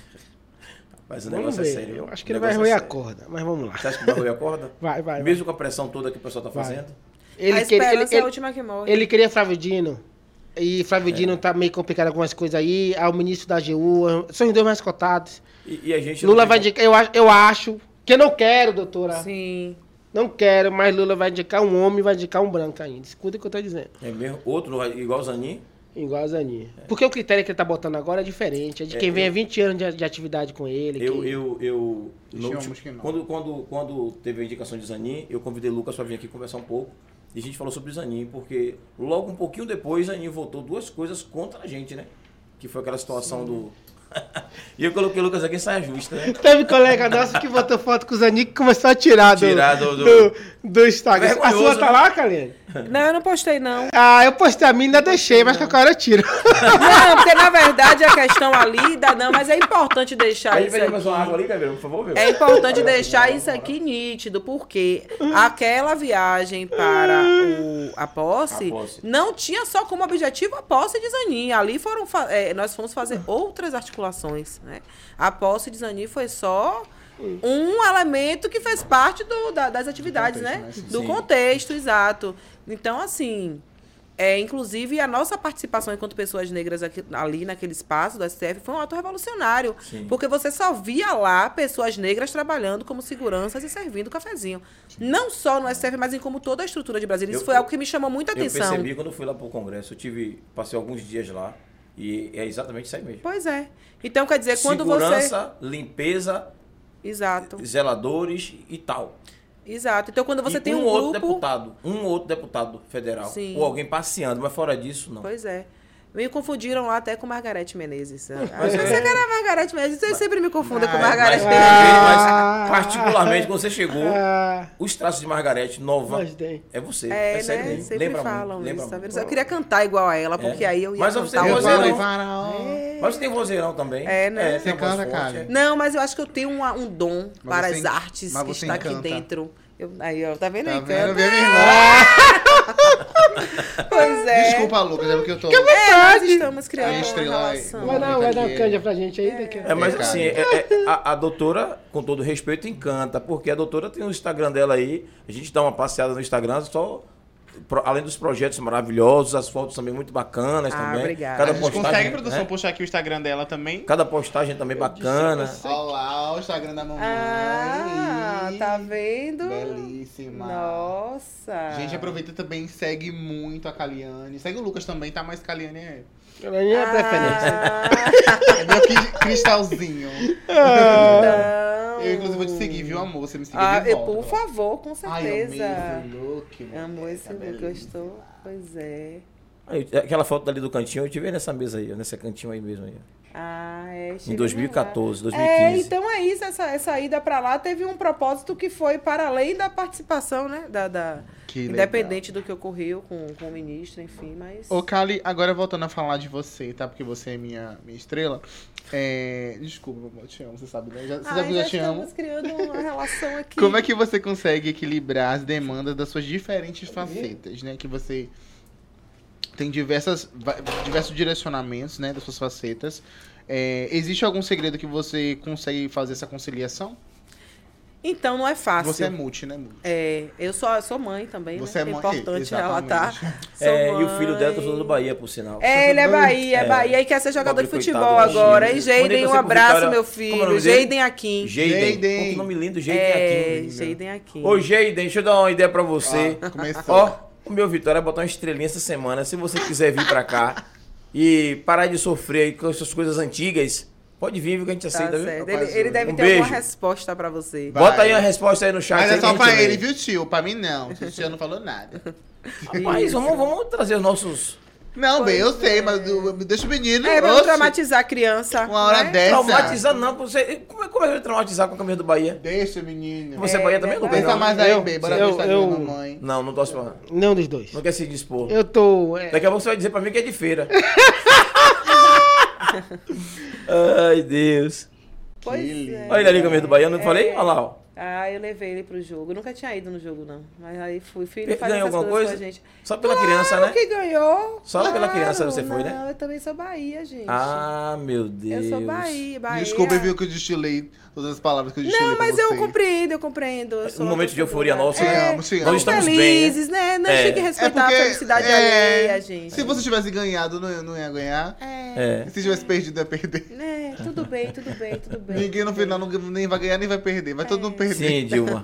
Mas o Vamos negócio ver. é sério. Eu viu? acho que O ele vai negócio é roer a sério. corda, mas vamos lá. Você acha que vai roer a corda? Vai, vai, Mesmo com a pressão toda que o pessoal está Vai. fazendo? Ele, a queria, ele, esperança é a ele, última que morre. ele queria Flávio Dino. E Flávio Dino tá meio complicado algumas coisas aí. Ao ministro da A G U, são os dois mais cotados. E, e a gente Lula não vai tem- indicar, eu, acho- eu acho, que eu não quero, doutora. Sim. Não quero, mas Lula vai indicar um homem e vai indicar um branco ainda. Escuta o que eu tô dizendo. É mesmo? Outro, não vai- igual o Zanin? Igual a Zanin. Porque o critério que ele tá botando agora é diferente. É de É, quem vem há eu- vinte anos de, de atividade com ele. Eu, que- eu, eu, no Deixamos último- que não. quando, quando, quando teve a indicação de Zanin, eu convidei Lucas para vir aqui conversar um pouco. E a gente falou sobre Zanin, porque logo um pouquinho depois, Zanin votou duas coisas contra a gente, né? Que foi aquela situação do... E eu coloquei o Lucas aqui em saia justa, né? Teve colega nosso que botou foto com o Zanin que começou a tirar do, Tirar do- do, do- do Instagram. A Vergonhoso, sua tá né? lá, Kaliane? Não, eu não postei, não. Ah, eu postei a minha e ainda deixei, mas qualquer hora eu tiro. Não, porque na verdade a questão ali dá não, mas é importante deixar Aí isso pede mais uma aqui. água ali, Gabriel, por favor, meu. É importante deixar isso aqui nítido, porque aquela viagem para o, a, posse, A posse. não tinha só como objetivo a posse de Zanin. Ali foram fa- é, nós fomos fazer outras articulações. Né? A posse de Zanin foi só um elemento que faz parte do, da- das atividades, contexto, né? né? Sim. Do Sim. contexto, exato. Então, assim, é, inclusive a nossa participação enquanto pessoas negras aqui- ali naquele espaço do S T F foi um ato revolucionário. Sim. Porque você só via lá pessoas negras trabalhando como seguranças e servindo cafezinho. Não só no S T F, mas em como toda a estrutura de Brasília. Isso Eu- foi algo que me chamou muita Eu atenção. percebi quando eu fui lá pro Congresso, eu tive, passei alguns dias lá e é exatamente isso aí mesmo. Pois é. Então, quer dizer, quando Segurança, limpeza, você... Exato. zeladores e tal. Exato. Então, quando você e tem um um outro grupo... deputado, um outro deputado federal, Sim. ou alguém passeando, mas fora disso, não. Pois é. Me confundiram lá até com Margarete Menezes. Mas Mas é- você que era Margarete Menezes, você sempre me confunda com Mas- Margarete Mas, Menezes. mas, particularmente, quando você chegou, Ah, os traços de Margarete nova mas tem. é você. É, sério né? mesmo. Sempre Lembra falam muito, lembra isso, tá muito. vendo? Eu queria cantar igual a ela, porque É. aí eu ia Mas você cantar tem o Eu vozeirão. falei, violão. faraó. Mas você tem vozeirão também. É, né? Você tem uma voz canta, forte, cara? é. Não, mas eu acho que eu tenho uma- um dom Mas para você as en- artes mas que você está aqui encanta. dentro. Eu- aí, ó, tá vendo? Tá Eu vendo? encanto. Minha irmã. Pois é. Desculpa, Lucas, é porque eu tô... É, nós estamos criando A gente uma estrela aí. relação. Vai dar, vai dar uma Brincadeira. canja pra gente aí daqui. É, mas É, assim, cara. é- é- a, a doutora, com todo respeito, encanta, porque a doutora tem o Instagram dela aí, a gente dá uma passeada no Instagram, só pro- além dos projetos maravilhosos, as fotos também muito bacanas Ah, também. obrigada. Cada A gente postagem, consegue, produção, né? puxar aqui o Instagram dela também? Cada postagem também bacana. Olha lá, o Instagram da mamãe. Ah, tá vendo? Belíssima. Nossa. Gente, aproveita também, segue muito a Caliane. Segue o Lucas também, tá? Mas Caliane é, A minha preferência. Ah, é meu cri- cristalzinho. não. Eu, inclusive, vou te seguir, viu, amor? Você me seguir Ah, de eu, volta. por favor, com Ai, eu amei certeza. esse look, mulher, Amor, esse tá look, belíssima. gostou? Pois é. Aí, aquela foto dali do cantinho, eu te vi nessa mesa aí, ó, nesse cantinho aí mesmo. Aí, ó. Ah, é. Em chega dois mil e quatorze, lá. dois mil e quinze. É, então é isso, essa, essa ida pra lá teve um propósito que foi para além da participação, né? Da, da- Que legal. independente do que ocorreu com, com o ministro, enfim, mas. Ô, Kali, agora voltando a falar de você, tá? Porque você é minha, minha estrela. É... Desculpa, eu te amo, você sabe, né? Já, você Ai, sabe que eu já já te amo. estamos criando uma relação aqui. Como é que você consegue equilibrar as demandas das suas diferentes facetas, né? Que você tem diversas, va- diversos direcionamentos, né? Das suas facetas. É, existe algum segredo que você consegue fazer essa conciliação? Então não é fácil. Você é multi, né? Multi. É, eu sou, sou mãe também, Você né? é É mãe, importante ela tá. exatamente. Sou É, e o mãe. filho dela tá do Bahia, por sinal. É, ele é Bahia, é É. Bahia e quer ser jogador de Pobre futebol coitado do agora. Chile. E Geiden, Quando um você abraço, Vitória- meu Como é o nome filho. dele? Geiden Aquim. Geiden. Geiden. Pô, que nome lindo, Geiden É, aqui. Geiden Aquim. Ô, Geiden, deixa eu dar uma ideia pra você. Ó, começou. Ó, o meu Vitória vai botar uma estrelinha essa semana. Se você quiser vir pra cá e parar de sofrer aí com essas coisas antigas, pode vir, viu, que a gente Tá aceita, viu? certo. Rapaz, Ele, ele deve um ter beijo. alguma resposta pra você. Vai. Bota aí uma resposta aí no chat. Mas aí é que a só gente pra lê. ele, viu, tio? Pra mim, não. O tio não falou nada. Rapaz, vamos, vamos trazer os nossos... Não, bem, eu Pois sei, é. mas do- deixa o menino. É, pra não oxe, traumatizar a criança. Uma hora né? dessa. Traumatizar não, você... Como é como é que vai traumatizar com a camisa do Bahia? Deixa o menino. Você é É, Bahia também, é Lucas? Pensa Não, mais aí, Eu- bem. Bora eu- ver o Instagram eu- da mamãe. não, não torce pra... Nenhum dos dois. Não quer se dispor. Eu tô. é, Daqui a pouco você vai dizer pra mim que é de feira. Ai, Deus. Pois Que é. Olha ele ali com a camisa do Bahia, eu não É. falei? Olha lá, ó. Ah, eu levei ele pro jogo. Eu nunca tinha ido no jogo, não. Mas aí fui. Filho, Ganhou faz essas alguma coisas coisa? com a gente. Só pela Claro criança, né? que ganhou. Só pela Claro, criança você foi, né? Não, eu também sou Bahia, gente. Ah, meu Deus. eu sou Bahia, Bahia. Desculpa, viu que eu destilei todas as palavras que eu destilei Não, pra mas você. eu compreendo, eu compreendo. Eu sou Um uma momento de torcedora. euforia nossa, né? É, Amo, te amo. Nós estamos bem, felizes, né? Não É. tinha que respeitar a felicidade alheia, gente. Se você tivesse ganhado, não ia, não ia ganhar. É, É. Se tivesse perdido, ia perder. né? Tudo bem, tudo bem, tudo bem. Ninguém no final não, nem vai ganhar, nem vai perder. Vai todo mundo perder. Sim, Dilma.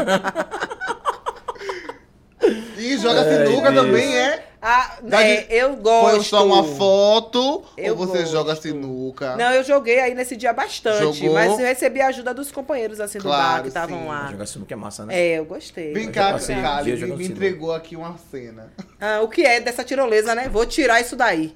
E joga Ai, sinuca Deus. também, é? Ah, Dá é, de- eu gosto. Foi só uma foto Eu ou você gosto. joga sinuca? Não, eu joguei aí nesse dia bastante, Jogou? mas eu recebi a ajuda dos companheiros assim do Claro, bar que estavam sim. lá. Jogar sinuca é massa, né? É, eu gostei. Vem Eu cá, já passei Cali, dia me, jogando me sinuca. entregou aqui uma cena. Ah, o que é dessa tirolesa, né? Vou tirar isso daí.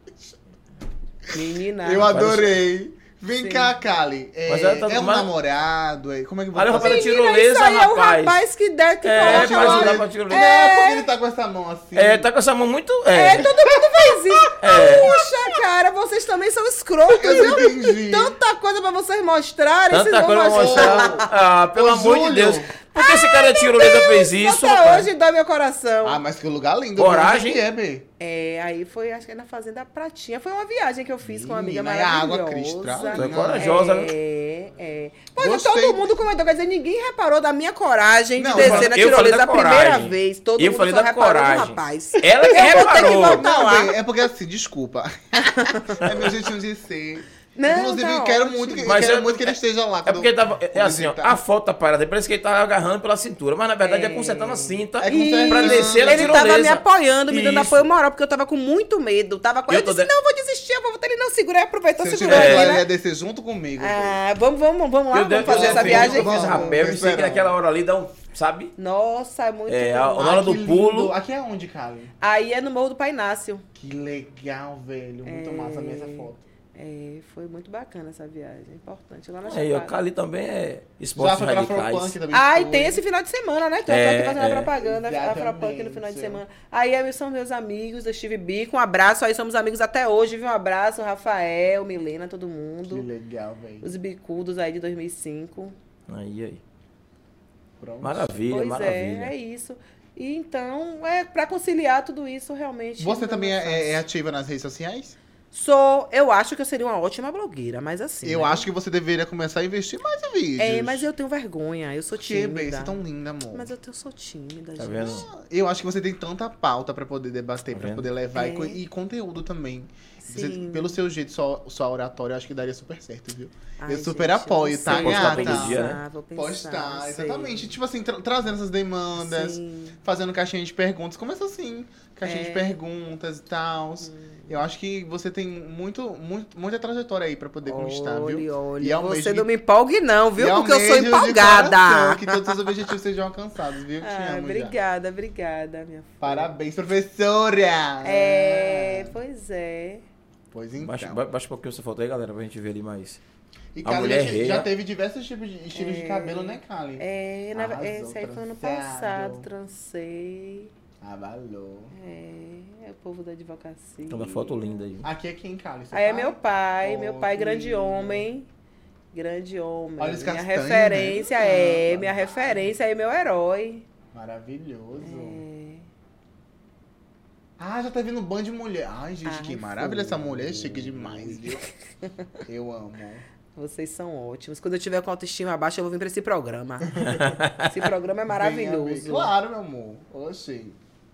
Menina. Eu adorei. Vem Sim. cá, Kali. É, Mas ela tá é um mais- namorado? É, como é que você Olha o faz? rapaz da Menina, tirolesa, isso aí é o rapaz. rapaz que der que É, coloca pra lá. ajudar pra tirolesa. É, porque ele tá com essa mão assim. É, tá com essa mão muito... É, É, todo mundo faz isso. É. Puxa, cara, vocês também são escrotos, Eu viu? entendi. Tanta coisa pra vocês mostrarem. vocês tanta vão coisa pra mostrar. mostrar. Ah, pelo Ô, amor de Júlio, Deus. Porque esse cara de tirolesa fez isso, Até rapaz. hoje dói meu coração. Ah, mas que lugar lindo. Coragem. Que é, bê. É, aí foi, acho que é na Fazenda Pratinha. Foi uma viagem que eu fiz com uma amiga Menina, e a água maravilhosa. cristalina. Tu é corajosa, né? É, é. Pois é, Gostei. todo mundo comentou, quer dizer, ninguém reparou da minha coragem Não, de descer na eu falei tirolesa da a primeira coragem. vez. Todo Eu mundo falei só da reparou no coragem. rapaz. Ela que Eu vou ter que reparou. voltar Não, lá. bê, é porque assim, desculpa. É meu jeitinho de ser. Não, Inclusive, tá quero, ótimo. muito que, Mas quero é- muito que ele esteja lá. É quando porque tava. É quando assim, ó, visitar. a foto tá parada. Parece que ele tá agarrando pela cintura. Mas na verdade é, É. consertando a cinta É consertando. pra descer na Ele tirolesa. tava me apoiando, me dando Isso. apoio moral, porque eu tava com muito medo. Tava com... Eu Eu, tô disse, de- não, eu vou desistir, eu vou voltar. Ele não segurou, aproveitou, Se eu segurou tivesse aqui, lá, ele né? ia descer junto comigo. bê. Ah, vamos, vamos, vamos lá, Eu vamos devo- fazer eu essa fiz- viagem. Eu fiz Vamos, rapel, eu sei que esperando. naquela hora ali dá um. Sabe? Nossa, é muito É, bom. a- na hora Ah, do que pulo. lindo. Aqui é onde, Kali? Aí é no Morro do Pai Inácio. Que legal, velho. Muito massa mesmo essa foto. É, foi muito bacana essa viagem, importante. Lá na Aí, o Chapada. Cali também é Já esportes foi pra radicais. Afropunk também. Ah, e foi. tem esse final de semana, né? Tô, É, tô aqui fazendo é. a propaganda, a Exatamente. Afropunk no final de semana. Aí é, são meus amigos do Steve Bico, um abraço. Aí somos amigos até hoje, viu? Um abraço, Rafael, Milena, todo Que mundo. legal, velho. Os bicudos aí de dois mil e cinco. Aí, aí. Pronto. Maravilha, Pois maravilha. é, é isso. E então, é pra conciliar tudo isso realmente. Você não também é é, fácil. é ativa nas redes sociais? Sou, eu acho que eu seria uma ótima blogueira, mas assim. eu né? acho que você deveria começar a investir mais em vídeos. É, mas eu tenho vergonha, eu sou Que, bem, tímida. você é tão linda, amor. Mas eu, tenho- sou tímida, Tá gente. vendo? Eu acho que você tem tanta pauta pra poder debater, Tá pra vendo? poder levar e É. co- e, conteúdo também. Você- Sim. pelo seu jeito, sua, sua oratória, eu acho que daria super certo, viu? Ai, eu super gente, apoio, não tá, sei, Postar vou todo gata? dia, né? pensar, Vou pensar, Postar, sei. exatamente. Tipo assim, tra- trazendo essas demandas, Sim. fazendo caixinha de perguntas. Começa assim, caixinha É. de perguntas e tal. Eu acho que você tem muito, muito, muita trajetória aí pra poder conquistar, Olha, viu? olha, E almejo você que- não me empolgue não, viu? E Porque eu sou almejo de empolgada. coração que todos os objetivos sejam alcançados, viu? Te Ah, amo já. obrigada, obrigada, minha filha. Parabéns, professora! É, pois é. Pois então. Baixa, ba- baixa um pouquinho essa foto aí, galera, pra gente ver ali mais. E A Kali mulher já, rei, já né? teve diversos tipos de estilos de cabelo, né, Kali? É, na, Arrasou, esse aí foi ano trançado. passado, trancei. Ah, valeu. É, é o povo da advocacia. Tem uma foto linda aí. Aqui é quem, Kali? Seu Aí é pai? meu pai, Oh, meu pai que grande lindo. homem. Grande homem. Olha os minha castanhos, referência né? é, minha referência é meu herói. Maravilhoso. É. Ah, já tá vindo um bando de mulher. Ai, gente, Ai, que maravilha. Essa foi. mulher é chique demais, viu? Eu amo. Vocês são ótimos. Quando eu tiver com autoestima baixa, eu vou vir pra esse programa. Esse programa é Venha, maravilhoso. bem. Claro, meu amor. Oxi.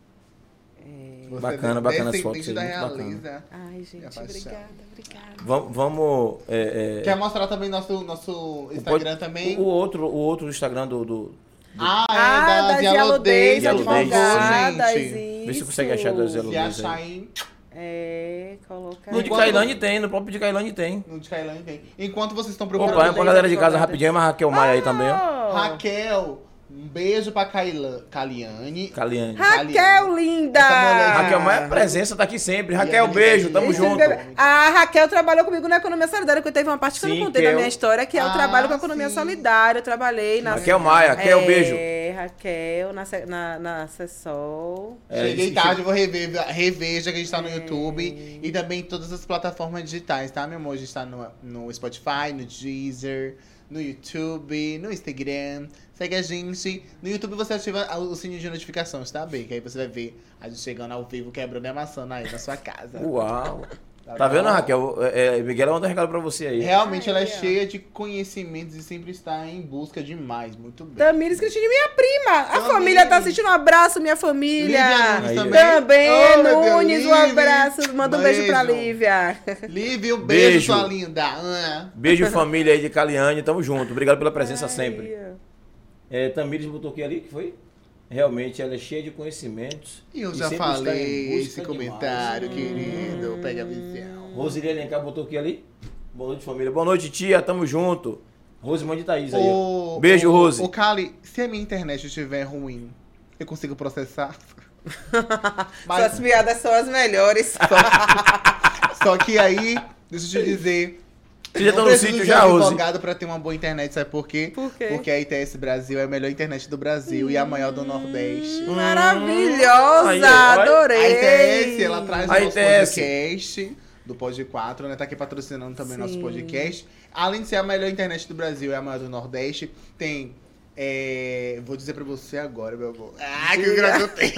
Você Bacana, é bacana as descendente fotos aí, da muito realeza. Ai, gente, Minha paixão. obrigada, obrigada. Vamos. vamos é, é, Quer mostrar também nosso, nosso Instagram também? O, o outro, o outro Instagram do. do- Ah, é, Ah, das das Yalodez, Yalodez, por favor, advogadas, gente. Vê se consegue achar das Se Yalodez achar aí. aí, É, colocar. No de Enquanto- Cailane tem, no próprio de Cailane tem. no de Kailane tem. Enquanto vocês estão procurando... Opa, é pra galera de casa advogadas. rapidinho, mas Raquel Maia aí também, ó. Oh, Raquel, um beijo pra Kailan, Kaliane. Caliane. Raquel, linda! Essa mulher- Raquel Maia é presença, tá aqui sempre. Raquel, a beijo, tamo Esse junto. A Raquel trabalhou comigo na Economia Solidária, porque teve uma parte que eu Sim, não contei que na eu- minha história, que é o Ah, trabalho com a Economia sim. Solidária. Eu trabalhei na... Raquel Maia, Raquel, é, beijo. Raquel, na, Ce- na, na Cessol. É, Cheguei isso- tarde, vou rever, reveja que a gente tá no YouTube e também em todas as plataformas digitais, tá, meu amor? A gente tá no, no Spotify, no Deezer, no YouTube, no Instagram. Segue a gente. No YouTube você ativa o sininho de notificações, tá, Bê? Que aí você vai ver a gente chegando ao vivo, quebrando e amassando aí na sua casa. Uau. Tá Tá bom? vendo, Raquel? É, é, Miguel manda um recado pra você aí. Realmente ela é Ai, ó. cheia de conhecimentos e sempre está em busca demais. Muito bem. Tamires Cristina, minha prima. A Tamires. família tá assistindo. Um abraço, minha família. Lívia Nunes Aí, também. Também, Oh, meu Deus, Nunes, um Lívia. abraço. Manda um beijo, pra Beijo. Lívia. Lívia, um beijo, Beijo. sua linda. Ah. Beijo, família aí de Caliane, tamo junto. Obrigado pela presença sempre. Ai, É, Tamires botou aqui ali, que foi? Realmente, ela é cheia de conhecimentos. E eu e já sempre está em falei busca esse de comentário, mais. querido. Pega a visão. Rosilia Alencar botou aqui ali. Boa noite, família. Boa noite, tia. Tamo junto. Rose, mãe de Thaís aí. ó. Ô, Beijo, ô, Rose. Ô, Kali, se a minha internet estiver ruim, eu consigo processar? Mas- Suas piadas são as melhores. Só que aí, deixa eu te dizer. Você já não tá no preciso sítio de já, Rose? advogado pra ter uma boa internet, sabe por quê? Por quê? Porque a I T S Brasil é a melhor internet do Brasil e a maior do Nordeste. Maravilhosa, Aí, olha. adorei. A I T S, ela traz o A nosso I T S. podcast do Pod quatro, né? Tá aqui patrocinando também Sim. nosso podcast. Além de ser a melhor internet do Brasil e a maior do Nordeste, tem É, vou dizer pra você agora, meu amor. Ah, que graça eu tenho.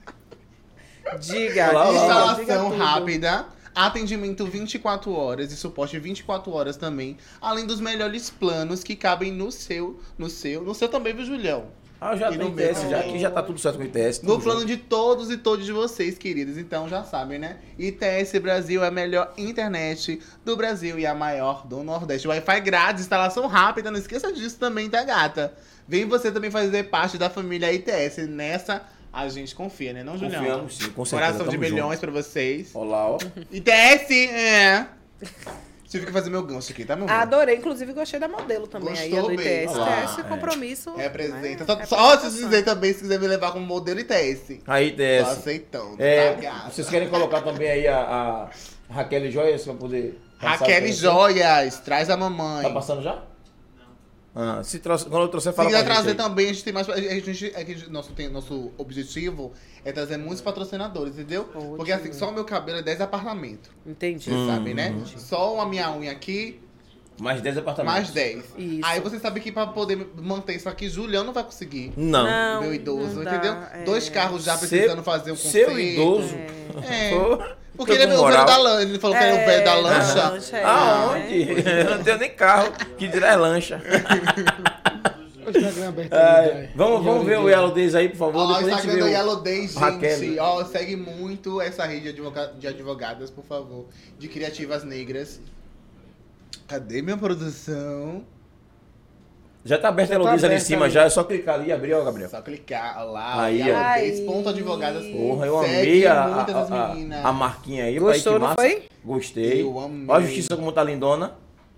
Diga, Olá, olá. diga, diga Instalação tudo. rápida, atendimento vinte e quatro horas e suporte vinte e quatro horas também, além dos melhores planos que cabem no seu, no seu, no seu também, viu, Julião? Ah, eu já E tenho no I T S, meu já, também. aqui já tá tudo certo com o I T S. No tudo plano junto. de todos e todas de vocês, queridos. Então já sabem, né? I T S Brasil é a melhor internet do Brasil e a maior do Nordeste. Wi-Fi grátis, instalação rápida, não esqueça disso também, tá, gata? Vem você também fazer parte da família I T S. Nessa a gente confia, né, não, Julião? Confiamos sim, com certeza. Coração de tamo milhões junto. pra vocês. Olá, ó. I T S, é. Tive que fazer meu gancho aqui, tá, meu amor? Adorei, inclusive gostei da modelo também aí, a Gostou do I T S. bem? I T S, Ah, é. compromisso. Representa. né? Só, só te dizer também, se quiser me levar como modelo I T S. A I T Tô S. aceitando, É, tá, gata? vocês querem colocar também aí a, a Raquel Joias pra poder... passar Raquel pra você? Joias, traz a mamãe. Tá passando já? Ah, se trouxe, quando eu trouxer, Se fala quiser pra gente trazer aí. também, a gente tem mais. A gente, é que nosso, tem, nosso objetivo é trazer muitos patrocinadores, entendeu? Ótimo. Porque assim, só o meu cabelo é dez apartamentos. Entendi. Vocês sabem, né? Só a minha unha aqui, Mais dez apartamentos. mais dez. Isso. Aí você sabe que pra poder manter isso aqui, Julião não vai conseguir. Não. Não, meu idoso, não dá, entendeu? é. Dois carros já Seu- precisando fazer um conserto. Seu idoso. É. Pô, Porque tô ele é com o velho moral. da lancha. Ele falou que era o velho da É, lancha. lancha, é. Aonde? Eu não tenho nem carro, que dirá é lancha. O Instagram aberto Ai, aí, vamos, vamos ver o Yellow Days aí, por favor. Ó, o Depois a gente Instagram vê da o... Yellow Days, Raquel. gente. Ó, segue muito essa rede de, advoga- de advogadas, por favor. De criativas negras. Cadê minha produção? Já tá aberto a Já Yellow tá Days ali em aberto cima ali. já, é só clicar ali e abrir, ó, Gabriel. Só clicar ó lá. Aí, Yellow ó. Days, Ai. ponto advogadas. Porra, eu Segue amei a, a, muitas das a, meninas. a marquinha aí. Gostou, pai, que não massa. foi? Gostei. Eu amei. Olha a justiça como tá lindona.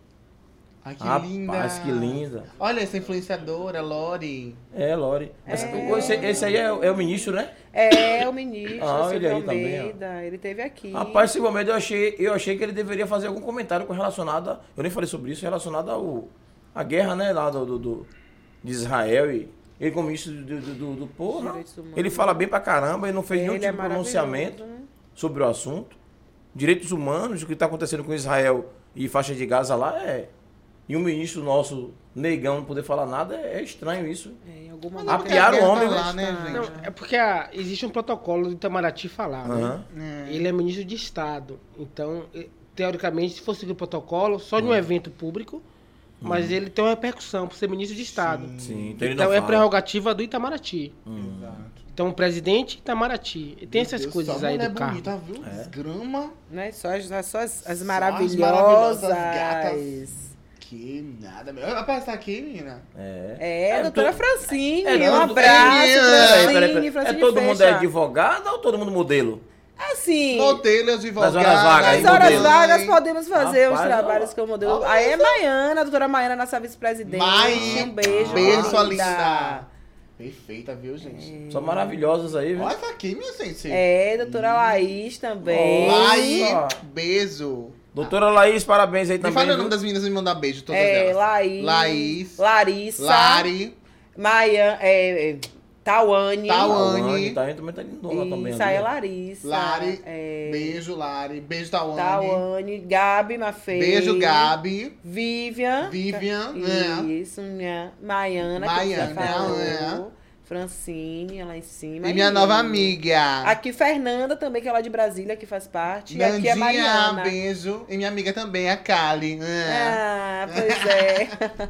Ai, que Rapaz, linda. que linda. Olha essa influenciadora, Lori. É, Lori. Essa- Esse, esse aí é, o- é o ministro, né? É, o ministro, Ah, Silvio ele aí também, ó. Almeida, ele teve aqui. Rapaz, Silvio Almeida, eu achei, eu achei que ele deveria fazer algum comentário com relacionado a, eu nem falei sobre isso, relacionado ao a guerra, né, lá do, do, do- de Israel e ele como ministro do, do, do, do porra, Direitos humanos. ele fala bem pra caramba, ele não fez nenhum Ele é tipo de pronunciamento maravilhoso, né? sobre o assunto. Direitos humanos, o que está acontecendo com Israel e faixa de Gaza lá é... E um ministro nosso, negão, não poder falar nada, é estranho isso. É, em algum Mas momento. é porque Apiaram a guerra o homem, tá né? lá, né, Não, gente? É porque ah, existe um protocolo do Itamaraty falar, Aham. né? É. Ele é ministro de Estado. Então, eh, teoricamente, se fosse aquele protocolo, só de um evento público, mas ele tem uma repercussão por ser ministro de Estado. Sim, então ele Então não é fala. prerrogativa do Itamaraty. Exato. Então o presidente Itamaraty. E tem essas Deus, coisas só aí mulher do carro. bonita, viu? Desgrama. Né? Só as, só as, as Só maravilhosas. as maravilhosas Que nada, meu. Vai passar aqui, menina. É. É, É, doutora tu- Francine, É, um todo- abraço, é, Peraí, peraí, Francine, peraí. É Francine todo mundo é fecha. advogado ou todo mundo modelo? Assim, Modelo, advogada. Nas horas vagas, aí, nas horas modelo. vagas podemos fazer os Rapaz, trabalhos ó. que eu modelo. Ó, Aí é Maiana, a doutora Maiana, nossa vice-presidente. Mai, Um beijo. beijo, sua linda. linda. Perfeita, viu, gente? São maravilhosas aí, viu? Olha essa aqui, minha gente. É, doutora Laís também. Lai, Ó. beijo. Doutora Laís, parabéns aí Me também. fala o viu? nome das meninas e me mandar beijo, todas É, elas. Laís. Laís. Larissa. Lari. Maiana. É, é, Tawane. Tawane. Tawane, Tawane também tá lindona também. Isso ali, aí é ó. Larissa. Lari. É, Beijo, Lari. Beijo, Tawane. Tawane. Gabi Mafei. Beijo, Gabi. Vivian. Vivian, é. Isso, minha. Maiana, Maiana, que você falou. é. Francine, lá em cima. E minha Aí, nova amiga. Aqui, Fernanda também, que é lá de Brasília, que faz parte. E aqui é Nandinha, Mariana. beijo. E minha amiga também, a Kali. É. Ah, pois é.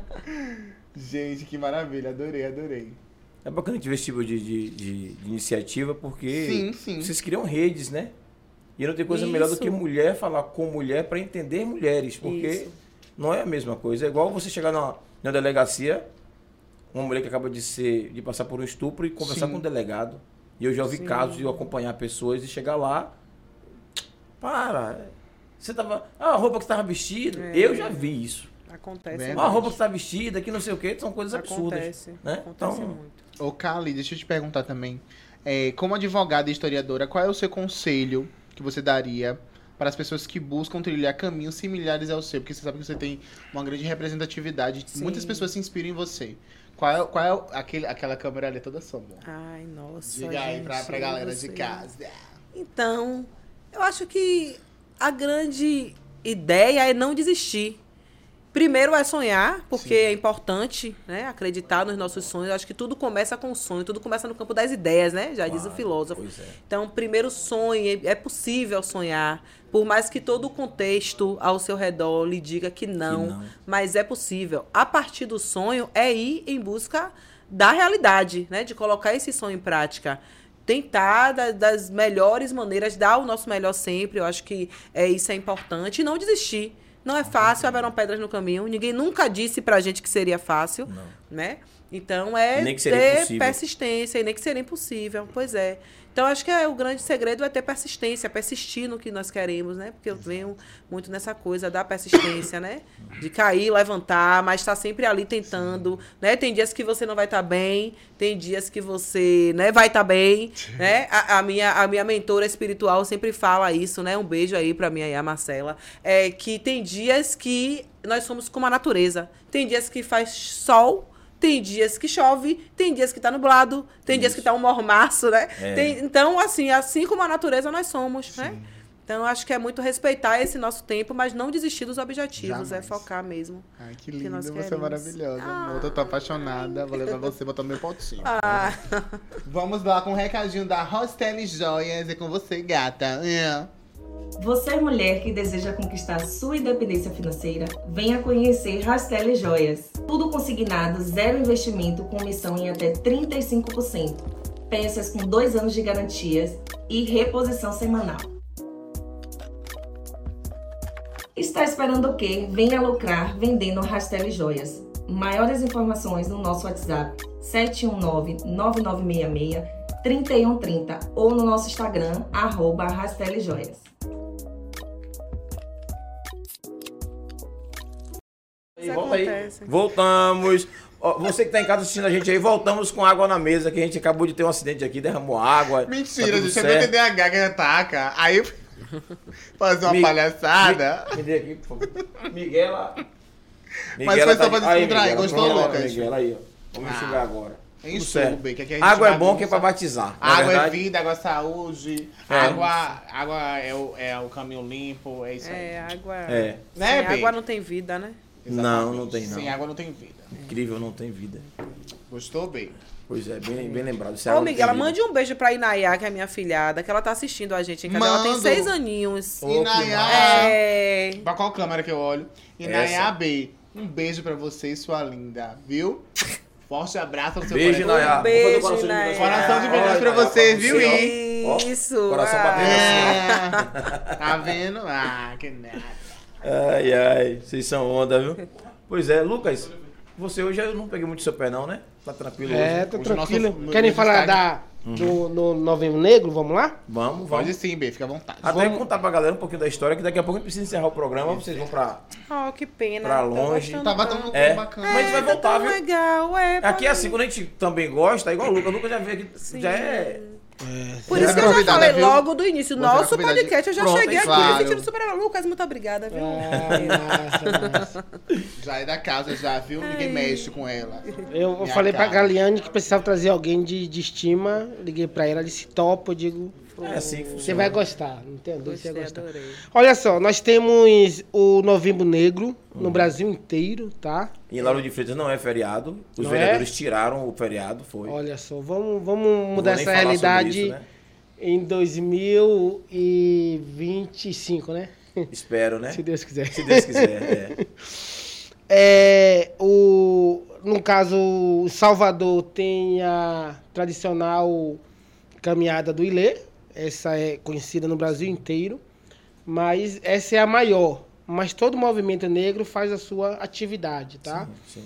Gente, que maravilha. Adorei, adorei. É bacana a gente ver esse tipo de, de, de- de iniciativa, porque Sim, sim. vocês criam redes, né? E não tem coisa melhor do Isso. que mulher falar com mulher para entender mulheres, porque Isso. não é a mesma coisa. É igual você chegar na, na delegacia, uma mulher que acaba de ser de passar por um estupro e conversar Sim. com um delegado. E eu já ouvi Sim. casos de eu acompanhar pessoas e chegar lá, para, você tava, ah, a roupa que você estava vestido, É. eu já vi isso. Acontece Verdade. Ah, a roupa que você está vestida, que não sei o que, são coisas absurdas. Acontece. né? Acontece Então, muito. Ô, Kali, deixa eu te perguntar também. É, como advogada e historiadora, qual é o seu conselho que você daria para as pessoas que buscam trilhar caminhos similares ao seu? Porque você sabe que você tem uma grande representatividade. Sim. Muitas pessoas se inspiram em você. Qual é, qual é o- aquele, aquela câmera ali toda sua, amor? Ai, nossa. Diga aí pra, gente, pra galera você- de casa. Então, eu acho que a grande ideia é não desistir. Primeiro é sonhar, porque Sim. é importante, né? Acreditar nos nossos sonhos. Acho que tudo começa com o sonho, tudo começa no campo das ideias, né? Já diz o Claro, filósofo. pois é. Então, primeiro sonhe, é possível sonhar. Por mais que todo o contexto ao seu redor lhe diga que não, Que não. mas é possível. A partir do sonho é ir em busca da realidade, né? De colocar esse sonho em prática. Tentar da- das melhores maneiras, dar o nosso melhor sempre. Eu acho que é, isso é importante. E não desistir. Não é fácil, haverão pedras no caminho. Ninguém nunca disse pra gente que seria fácil, Não. né? Então é E nem que seria ter impossível. persistência e nem que seria impossível. Pois é. Então acho que é, o grande segredo é ter persistência, persistir no que nós queremos, né? Porque eu venho muito nessa coisa da persistência, né? De cair, levantar, mas estar sempre ali tentando, né? Tem dias que você não vai estar bem, tem dias que você, né, vai estar bem, né? A, a minha a minha mentora espiritual sempre fala isso, né? Um beijo aí pra minha aí, a Marcela, é que tem dias que nós somos como a natureza. Tem dias que faz sol, tem dias que chove, tem dias que tá nublado, tem dias que tá um mormaço, né? É. Tem- então, assim, assim como a natureza, nós somos, né? Então, acho que é muito respeitar esse nosso tempo, mas não desistir dos objetivos, Jamais. é focar mesmo. Ai, que que lindo, nós você é queremos. maravilhosa, Ah. amor. Eu tô apaixonada. Vou levar você botar meu potinho. Ah, Vamos lá com um recadinho da Rostelle Joias. É com você, gata. É. Você, mulher que deseja conquistar sua independência financeira, venha conhecer Rastelle Joias. Tudo consignado, zero investimento, com comissão em até trinta e cinco por cento. Peças com dois anos de garantias e reposição semanal. Está esperando o quê? Venha lucrar vendendo Rastelle Joias. Maiores informações no nosso WhatsApp sete um nove, nove nove seis seis, três um três zero ou no nosso Instagram, arroba Rastelle Joias. Aí, volta aí. acontece. Voltamos. Ó, você que tá em casa assistindo a gente aí, voltamos com água na mesa, que a gente acabou de ter um acidente aqui, derramou água. Mentira, tá tudo gente. Você certo. não entendeu a gaga que ataca. Aí fazer uma Mi- palhaçada. Me, me dê aqui, por favor. Miguela. Mas foi só de- pra aí, descontrair, Miguela, gostou, pronto, Lucas? Miguela, aí, ó. Vamos Ah. enxugar agora. Tudo Enxuga, certo. bem, que aqui a gente Água é bagunça. bom que é pra batizar. não Água é verdade? vida, água é saúde. É. Água, água é, o, é o caminho limpo, é isso aí. é, água. É. Né, Sem Bê? água não tem vida, né? Não, não tem não. Sem água não tem vida. Incrível, não tem vida. Gostou, bem? Pois é, bem, bem lembrado. Isso é Ô, água não tem Miguela, vida. mande um beijo pra Inayá, que é minha filhada, que ela tá assistindo a gente em casa. Ela tem Mando. seis aninhos. Ô, que Inayá. É. Pra qual câmera que eu olho? Essa. Inayá B, um beijo pra você, sua linda, viu? Forte abraço no seu Beijo, coração. Inayá. Um beijo, Vou fazer o Inayá. Coração de milhões Olha, pra Inayá, você, pra viu, você, ó. Ih? Ó, Isso. coração ah. batendo É. Tá vendo? Ah, que nada. Ai, ai, vocês são onda, viu? Pois é, Lucas, você hoje eu não peguei muito seu pé não, né? Tá tranquilo É, hoje? tô Hoje tranquilo. o nosso- Querem no falar Instagram. da, do no Novembro Negro? Vamos lá? Vamos, Pode vamos. sim, B, fica à vontade. Até Vamos- contar pra galera um pouquinho da história, que daqui a pouco a gente precisa encerrar o programa, vocês vão pra... Oh, que pena. Pra Tô longe. gostando Tava tanto. tão É, bacana. mas a gente vai É, tá voltar, tão viu? legal, é. Aqui pode- assim, quando a gente também gosta, igual o Lucas, o Lucas já veio aqui, Sim. já é... Por Você isso é que eu já convidada, falei viu? logo do início. Você é Nosso convidada. podcast, eu já Pronto, cheguei é aqui claro. me sentindo super. Lucas, muito obrigada, viu? Ah, massa, massa. Já é da casa, já, viu? Ninguém mexe com ela. Eu Minha falei pra cara. Galiane que precisava trazer alguém de, de estima. Liguei pra ela, ela disse topa. Eu digo, É assim que você funciona. vai gostar. Não tenho dúvida, você vai Gostei, gostar. adorei. Olha só, nós temos o Novembro Negro no Brasil inteiro, tá? Em Lauro de Freitas não é feriado, os Não vereadores tiraram o feriado, foi. Olha só, vamos, vamos Não mudar vou nem essa falar sobre realidade isso, né? em dois mil e vinte e cinco, né? Espero, né? Se Deus quiser. Se Deus quiser, é. É, o, no caso, o Salvador tem a tradicional caminhada do Ilê. Essa é conhecida no Brasil inteiro. Mas essa é a maior. Mas todo movimento negro faz a sua atividade, tá? Sim, sim.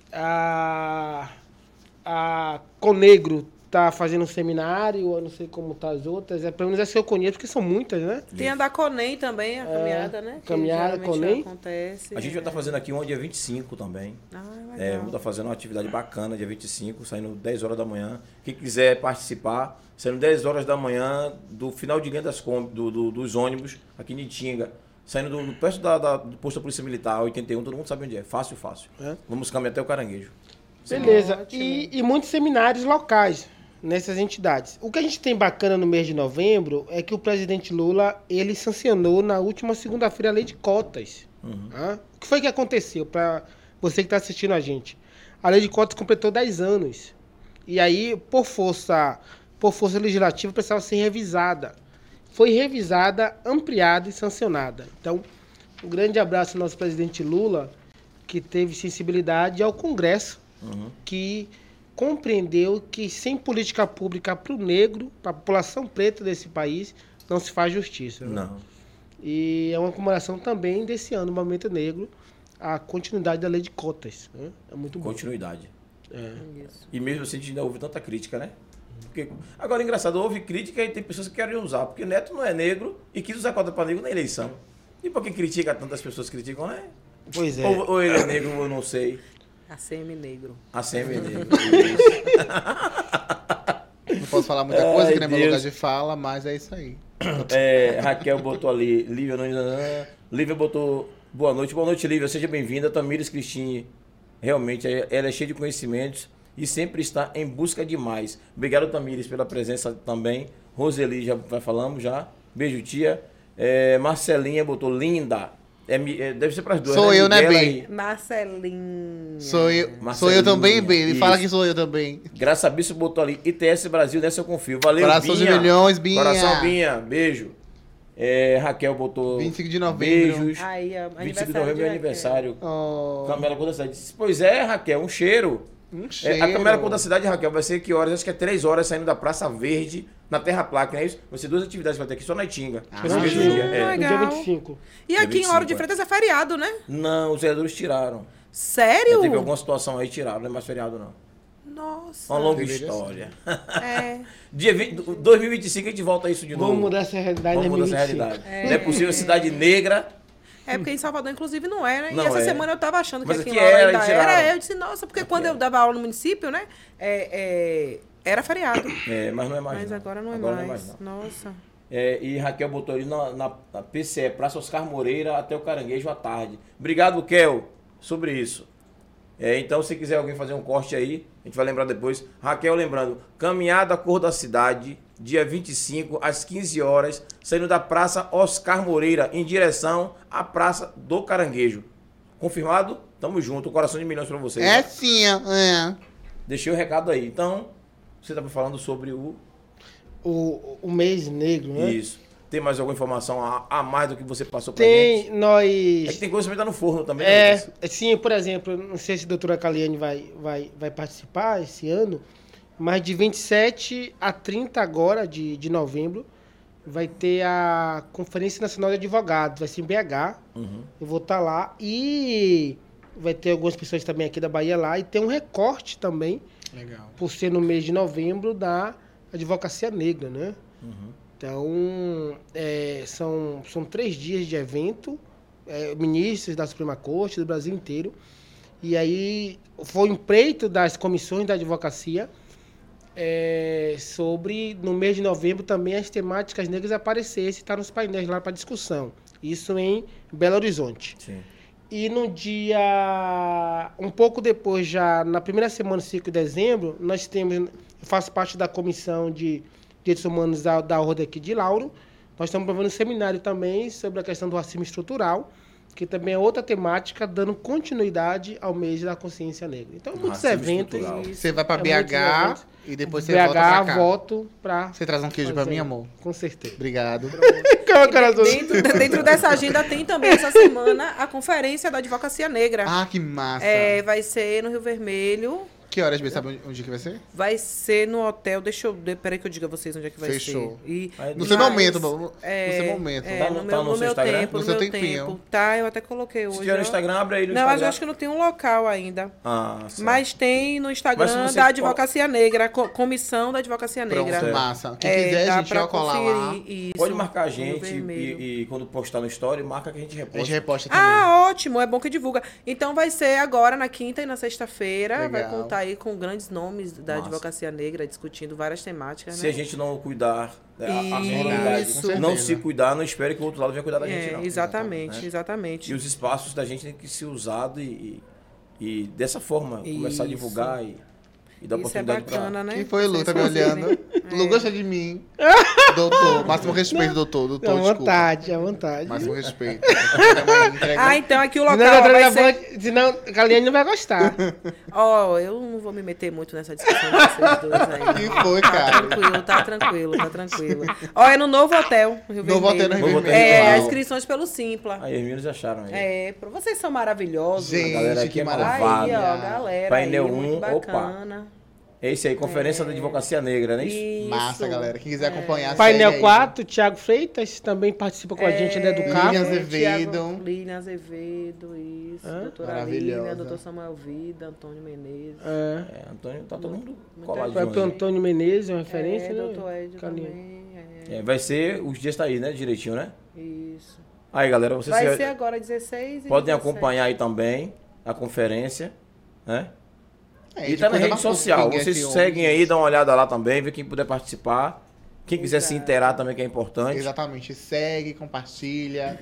A, a Conegro tá fazendo um seminário, eu não sei como tá as outras. É, pelo menos essa que eu conheço, porque são muitas, né? Tem a da Conem também, a caminhada, né? Que caminhada, geralmente Conem. acontece. A gente vai estar fazendo aqui uma dia vinte e cinco também. Ah, É, legal. vamos estar fazendo uma atividade bacana, dia vinte e cinco, saindo dez horas da manhã. Quem quiser participar, saindo dez horas da manhã do final de linha das Kombi, do, do- dos ônibus, aqui em Itinga. Saindo do, do perto da, da- do posto da Polícia Militar, oitenta e um, todo mundo sabe onde é. Fácil, fácil. É. Vamos caminhar até o Caranguejo. Beleza. Ótimo. E, e muitos seminários locais. nessas entidades. O que a gente tem bacana no mês de novembro é que o presidente Lula, ele sancionou na última segunda-feira a lei de cotas. Uhum. Tá? O que foi que aconteceu para você que está assistindo a gente? A lei de cotas completou dez anos. E aí, por força, por força legislativa, precisava ser revisada. Foi revisada, ampliada e sancionada. Então, um grande abraço ao nosso presidente Lula, que teve sensibilidade, e ao Congresso, uhum. que compreendeu que sem política pública para o negro, para a população preta desse país, não se faz justiça. Né? Não. E é uma comemoração também desse ano, no Movimento Negro, a continuidade da lei de cotas. Né? É muito bom. Continuidade. É. E mesmo assim a gente ainda ouve tanta crítica, né? Porque, agora, engraçado, houve crítica e tem pessoas que querem usar, porque Neto não é negro e quis usar cota para negro na eleição. E por que critica, tantas pessoas criticam, né? Pois é. Ou, ou ele é negro, eu não sei. A C M negro. A C M negro. Não posso falar muita coisa, Ai, que não é meu Deus. lugar de fala, mas é isso aí. É, Raquel botou ali, Lívia não. Lívia botou boa noite. Boa noite, Lívia. Seja bem-vinda. Tamires Cristine, realmente, ela é cheia de conhecimentos e sempre está em busca de mais. Obrigado, Tamires, pela presença também. Roseli, já, já falamos já. Beijo, tia. É, Marcelinha botou linda. É, é, deve ser para as duas. Sou né? eu, né, Miguela bem? e- Marcelinha. Sou eu, sou Marcelinha, eu também, bem. Ele isso. fala que sou eu também. Graça Bispo botou ali. I T S Brasil, nessa eu confio. Valeu, Coração de Binha. milhões, Binha. Coração, Binha. Beijo. É, Raquel botou. vinte e cinco de novembro. Beijos. Aí, a- vinte e cinco de aniversário novembro é de aniversário. Oh, Camela Cor da Cidade. Disse, pois é, Raquel, um cheiro. um É, cheiro. a Camela Cor da Cidade, Raquel, vai ser que horas? Acho que é três horas saindo da Praça Verde, na Terra Placa, não é isso? Vai ser duas atividades que vai ter aqui só na Itinga. Ah, Esse mesmo sim. dia. É. No Legal. dia vinte e cinco. E Dia aqui vinte e em Lauro cinco, de é. Freitas é feriado, né? Não, os vereadores tiraram. Sério? Já teve alguma situação aí, tiraram. Não é mais feriado, não. Nossa. Uma longa Deveria história. É. Dia vinte, dois mil e vinte e cinco a gente volta a isso de novo. Vamos mudar essa realidade Vamos em mudar essa dois mil e vinte e cinco. realidade. Não é possível cidade negra. É porque em Salvador, inclusive, não é, né? Não e essa é. semana eu tava achando que Mas aqui em aqui Lauro era, ainda e tiraram. era. Eu disse, nossa, porque Aqui quando era. eu dava aula no município, né? é, é, era feriado. É, mas não é mais. Mas não. agora não é Agora mais. não. Nossa. É, e Raquel botou ali na, na, na P C E, Praça Oscar Moreira, até o Caranguejo à tarde. Obrigado, Kel, sobre isso. É, então, se quiser alguém fazer um corte aí, a gente vai lembrar depois. Raquel, lembrando, caminhada Cor da Cidade, dia vinte e cinco, às quinze horas, saindo da Praça Oscar Moreira, em direção à Praça do Caranguejo. Confirmado? Tamo junto, coração de milhões pra vocês. É sim, é. Deixei o recado aí. Então, você estava falando sobre o... O, o mês negro, né? Isso. Tem mais alguma informação a, a mais do que você passou pra Tem, gente? nós... É que tem coisa que tá no forno também, né, É, Lucas? sim, por exemplo, não sei se a doutora Caliane vai, vai, vai participar esse ano, mas de vinte e sete a trinta agora, de, de novembro, vai ter a Conferência Nacional de Advogados, vai ser em B H, Uhum. eu vou estar lá, e vai ter algumas pessoas também aqui da Bahia lá, e tem um recorte também, Legal. por ser no mês de novembro, da advocacia negra, né? Uhum. Então, é, são, são três dias de evento, é, ministros da Suprema Corte, do Brasil inteiro. E aí foi um empreito das comissões da advocacia é, sobre, no mês de novembro, também as temáticas negras aparecessem, estar nos painéis lá para discussão. Isso em Belo Horizonte. Sim. E no dia, um pouco depois, já na primeira semana, cinco de dezembro, nós temos, eu faço parte da comissão de Direitos Humanos da, da Ordem aqui de Lauro. Nós estamos promovendo um seminário também sobre a questão do racismo estrutural, que também é outra temática, dando continuidade ao mês da consciência negra. Então, muitos Racismo eventos. estrutural. Você vai pra É B H muitos e depois você B H, volta pra cá. volto pra... Você traz um queijo pra fazer. mim, amor? Com certeza. Obrigado. Calma, cara, Dentro, dentro dessa agenda tem também essa semana a Conferência da Advocacia Negra. Ah, que massa. É, vai ser no Rio Vermelho. Que horas, B? Sabe onde que vai ser? Vai ser no hotel. Deixa eu. de- Peraí que eu diga a vocês onde é que vai Fechou. ser. E, Aí, No Mas, seu momento, no, no é, seu momento. É, Tá no, no- meu, tá no no seu meu Instagram? tempo, No no seu meu tempinho. tempo. Tá, eu até coloquei hoje. se tiver no ó. Instagram, abre aí no Não, Instagram. mas eu acho que não tem um local ainda. Ah, certo. Mas tem no Mas Instagram se você da Advocacia Negra, co- Comissão da Advocacia Negra. Pronto, massa. Quem É, quiser, dá a gente pra vai colar lá. conferir isso, Pode marcar a no gente vermelho. e, e quando postar no story, marca que a gente A reposta. gente reposta também. Ah, ótimo, é bom que divulga. Então vai ser agora na quinta e na sexta-feira. Vai Legal. contar aí com grandes nomes da Massa. Advocacia Negra, discutindo várias temáticas, Se né? a gente não cuidar, né, a, a Isso. realidade, Com certeza. não se cuidar, não espere que o outro lado venha cuidar da gente, É, não. exatamente, Né? exatamente. E os espaços da gente têm que ser usados e, e, e dessa forma, começar a Isso. divulgar e, e dar Isso é oportunidade bacana, pra... né? Quem foi, Lu? Vocês Tá me fazerem. olhando? É. Lu gosta de mim. Doutor, máximo respeito, doutor. Doutor, À desculpa. vontade, à vontade. Máximo respeito. Programa entrega. Ah, então aqui o Senão, local a doutora vai já ser... pode- senão a Kaliane não vai gostar. Ó, eu não vou me meter muito nessa discussão de vocês dois aí. Que não. foi, Tá cara? tranquilo, tá tranquilo, tá tranquilo. Ó, é no Novo Hotel, Rio Novo Hotel no Vermelho. Rio Novo Vermelho. Hotel. É, Uau. as inscrições pelo Simpla. Aí os meninos acharam aí. É, pra- vocês são maravilhosos. Gente, A galera aqui que é maravilha. malvada. Aí, ó, galera. Painel aí, muito um, opa. bacana. É isso aí, Conferência da Advocacia Negra, não é isso? Isso. Massa, galera. Quem quiser acompanhar, segue Painel aí. quatro, Thiago Freitas também participa com a gente da Educar. Lilian Azevedo. Thiago- Lilian Azevedo, isso. Hã? Doutora Maravilhosa. Lilian, doutor Samuel Vida, Antônio Menezes. É. É, Antônio, tá todo mundo Muita coladinho. Vai pro aí. Antônio Menezes, uma referência, é, né? doutor Ed Kaliane? também. É, É, vai ser, os dias tá aí, né, direitinho, né? isso. Aí, galera, vocês Vai se- ser agora dezesseis e podem dezessete. acompanhar aí também a conferência, né? É, E tá na coisa rede mais social. fofinha Vocês esse seguem homem, aí, gente. dão uma olhada lá também, vê quem puder participar. Quem quiser se Exato. inteirar também, que é importante. Exatamente. Segue, compartilha,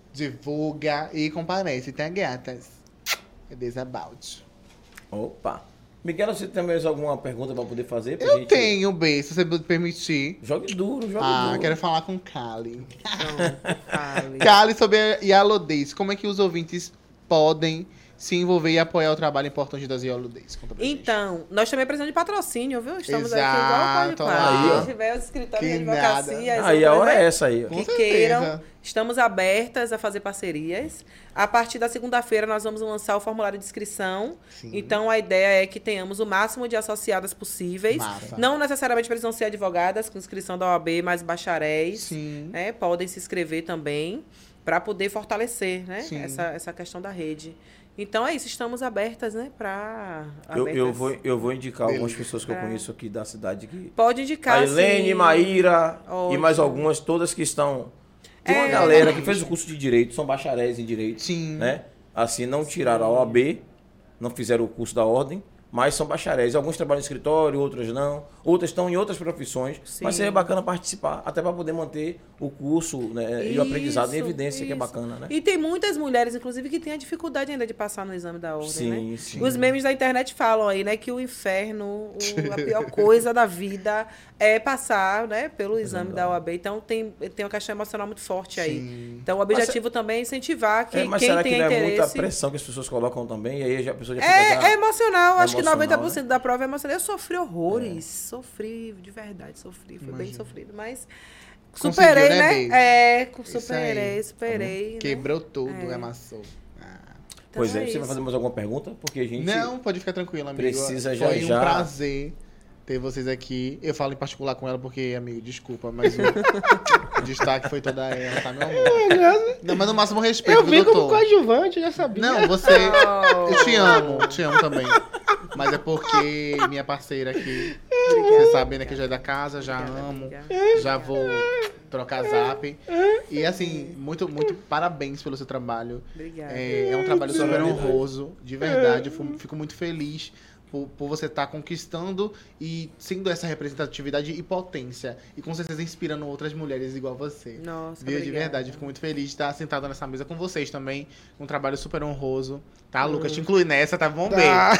divulga e comparece. Tá, gatas? It is about. Opa. Miguel, você tem mais alguma pergunta pra poder fazer? Pra Eu gente... tenho, B, se você me permitir. Jogue duro, jogue Ah, duro. quero falar com Kali. Então, fale. Kali, sobre a Yalodez, como é que os ouvintes podem se envolver e apoiar o trabalho importante das Yalodez? Conta pra gente. Então, nós também precisamos de patrocínio, viu? Estamos Exato, aqui igual o Pode olha aí, ó. Se tiver os escritórios Que de advocacia, as Aí a outras, hora né? é essa aí, ó. Com que certeza. queiram, estamos abertas a fazer parcerias. A partir da segunda-feira, nós vamos lançar o formulário de inscrição. Sim. Então, a ideia é que tenhamos o máximo de associadas possíveis. Massa. Não necessariamente precisam ser advogadas com inscrição da O A B, mas bacharéis. Sim. Né? Podem se inscrever também para poder fortalecer, né? Sim. Essa, essa questão da rede. Então é isso, estamos abertas, né? Para. Eu, eu, vou, eu vou indicar algumas Beleza. pessoas que eu É. conheço aqui da cidade. Que... Pode indicar. A Helene, sim. Maíra e Ótimo. mais algumas, todas que estão... Tem uma É. galera que fez o curso de Direito, são bacharéis em Direito. Sim. Né? Assim, não tiraram a O A B, não fizeram o curso da ordem, mas são bacharéis. Alguns trabalham em escritório, outras não. Outras estão em outras profissões. Sim. Mas seria bacana participar, até para poder manter o curso, né, e o aprendizado em Isso, evidência, que é isso. bacana, né? E tem muitas mulheres, inclusive, que têm a dificuldade ainda de passar no exame da ordem, Sim, né? sim. Os memes da internet falam aí, né, que o inferno, o- a pior coisa da vida é passar, né, pelo exame da O A B. Então tem, tem uma questão emocional muito forte aí. Sim. Então o objetivo também é incentivar que É, mas quem será tem que não é muita interesse... pressão que as pessoas colocam também? E aí já- a pessoa já fica É, já- é emocional, É acho que emocional, noventa por cento né? da prova é emocional. Eu sofri horrores, sofri de verdade, sofri, foi bem Imagino. sofrido, mas Conseguiu, superei, né, né? Bey? É, Isso superei, aí. superei. né? Quebrou tudo, É. amassou. Ah. Pois Então é, é você vai isso. fazer mais alguma pergunta? Porque a gente... Não, pode ficar tranquilo, amigo. Precisa já, Foi um já- prazer ter vocês aqui. Eu falo em particular com ela porque, amigo, desculpa, mas o, o destaque foi toda ela, tá, meu amor? Não, mas no máximo respeito, Eu viu, vi como doutor? coadjuvante, eu já sabia. Não, você... Eu te amo, te amo também. Mas é porque minha parceira aqui, você sabe, né, que já é da casa, já Obrigada, amo, amiga. já vou trocar zap. E assim, muito, muito parabéns pelo seu trabalho. Obrigada. É, é um trabalho super honroso, de verdade. Eu fu- fico muito feliz por, por você estar conquistando e sendo essa representatividade e potência. E com certeza inspirando outras mulheres igual você. Nossa, Viu? De obrigada. verdade, fico muito feliz de estar sentada nessa mesa com vocês também. Um trabalho super honroso. Tá, Lucas? Te inclui nessa, tá bom, bem? Tá.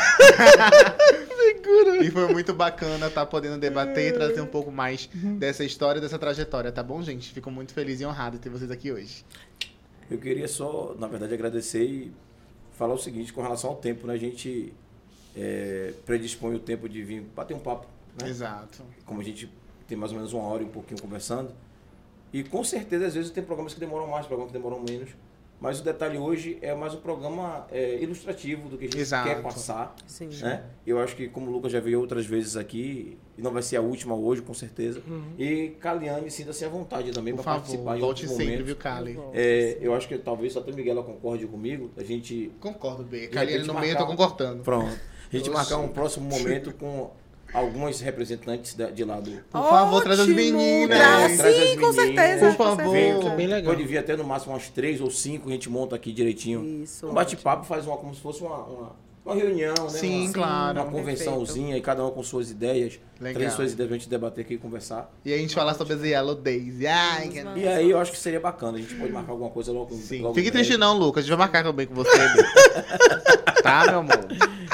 E foi muito bacana estar podendo debater e trazer um pouco mais dessa história, dessa trajetória, tá bom, gente? Fico muito feliz e honrado de ter vocês aqui hoje. Eu queria só, na verdade, agradecer e falar o seguinte, com relação ao tempo, né? A gente é, predispõe o tempo de vir bater um papo, né? Exato. Como a gente tem mais ou menos uma hora e um pouquinho conversando. E com certeza, às vezes, tem programas que demoram mais, programas que demoram menos. Mas o detalhe hoje é mais um programa é, ilustrativo do que a gente Exato. quer passar. Sim. Né? Eu acho que, como o Lucas já veio outras vezes aqui, e não vai ser a última hoje, com certeza. E Kaliane, sinta-se à vontade também Por para favor, participar em volte outros sempre, momentos. viu, Kali? É, eu acho que talvez até o Miguel concorde comigo, a gente... Concordo, B. De Kali repente no meio, eu marcar tô um- concordando. Pronto. A gente Oxi. marcar um próximo momento com alguns representantes da- de lá do... Por favor, traz as Ótimo, meninas. traz- Traz Sim, as com meninas. certeza. Por com favor. certeza. Bem legal. Pode vir até no máximo umas três ou cinco, a gente monta aqui direitinho. Isso, Um bate-papo faz uma, como se fosse uma, uma, uma reunião, né? Sim, uma, claro. Uma convençãozinha e cada um com suas ideias. Legal. Três suas ideias pra gente debater aqui e conversar. E a gente falar sobre as Yellow Days. Ai, que... Vamos E aí eu acho que seria bacana. A gente pode marcar alguma coisa logo. Sim. logo Fique em breve. triste não, Lucas. A gente vai marcar também com você, B. Tá, meu amor?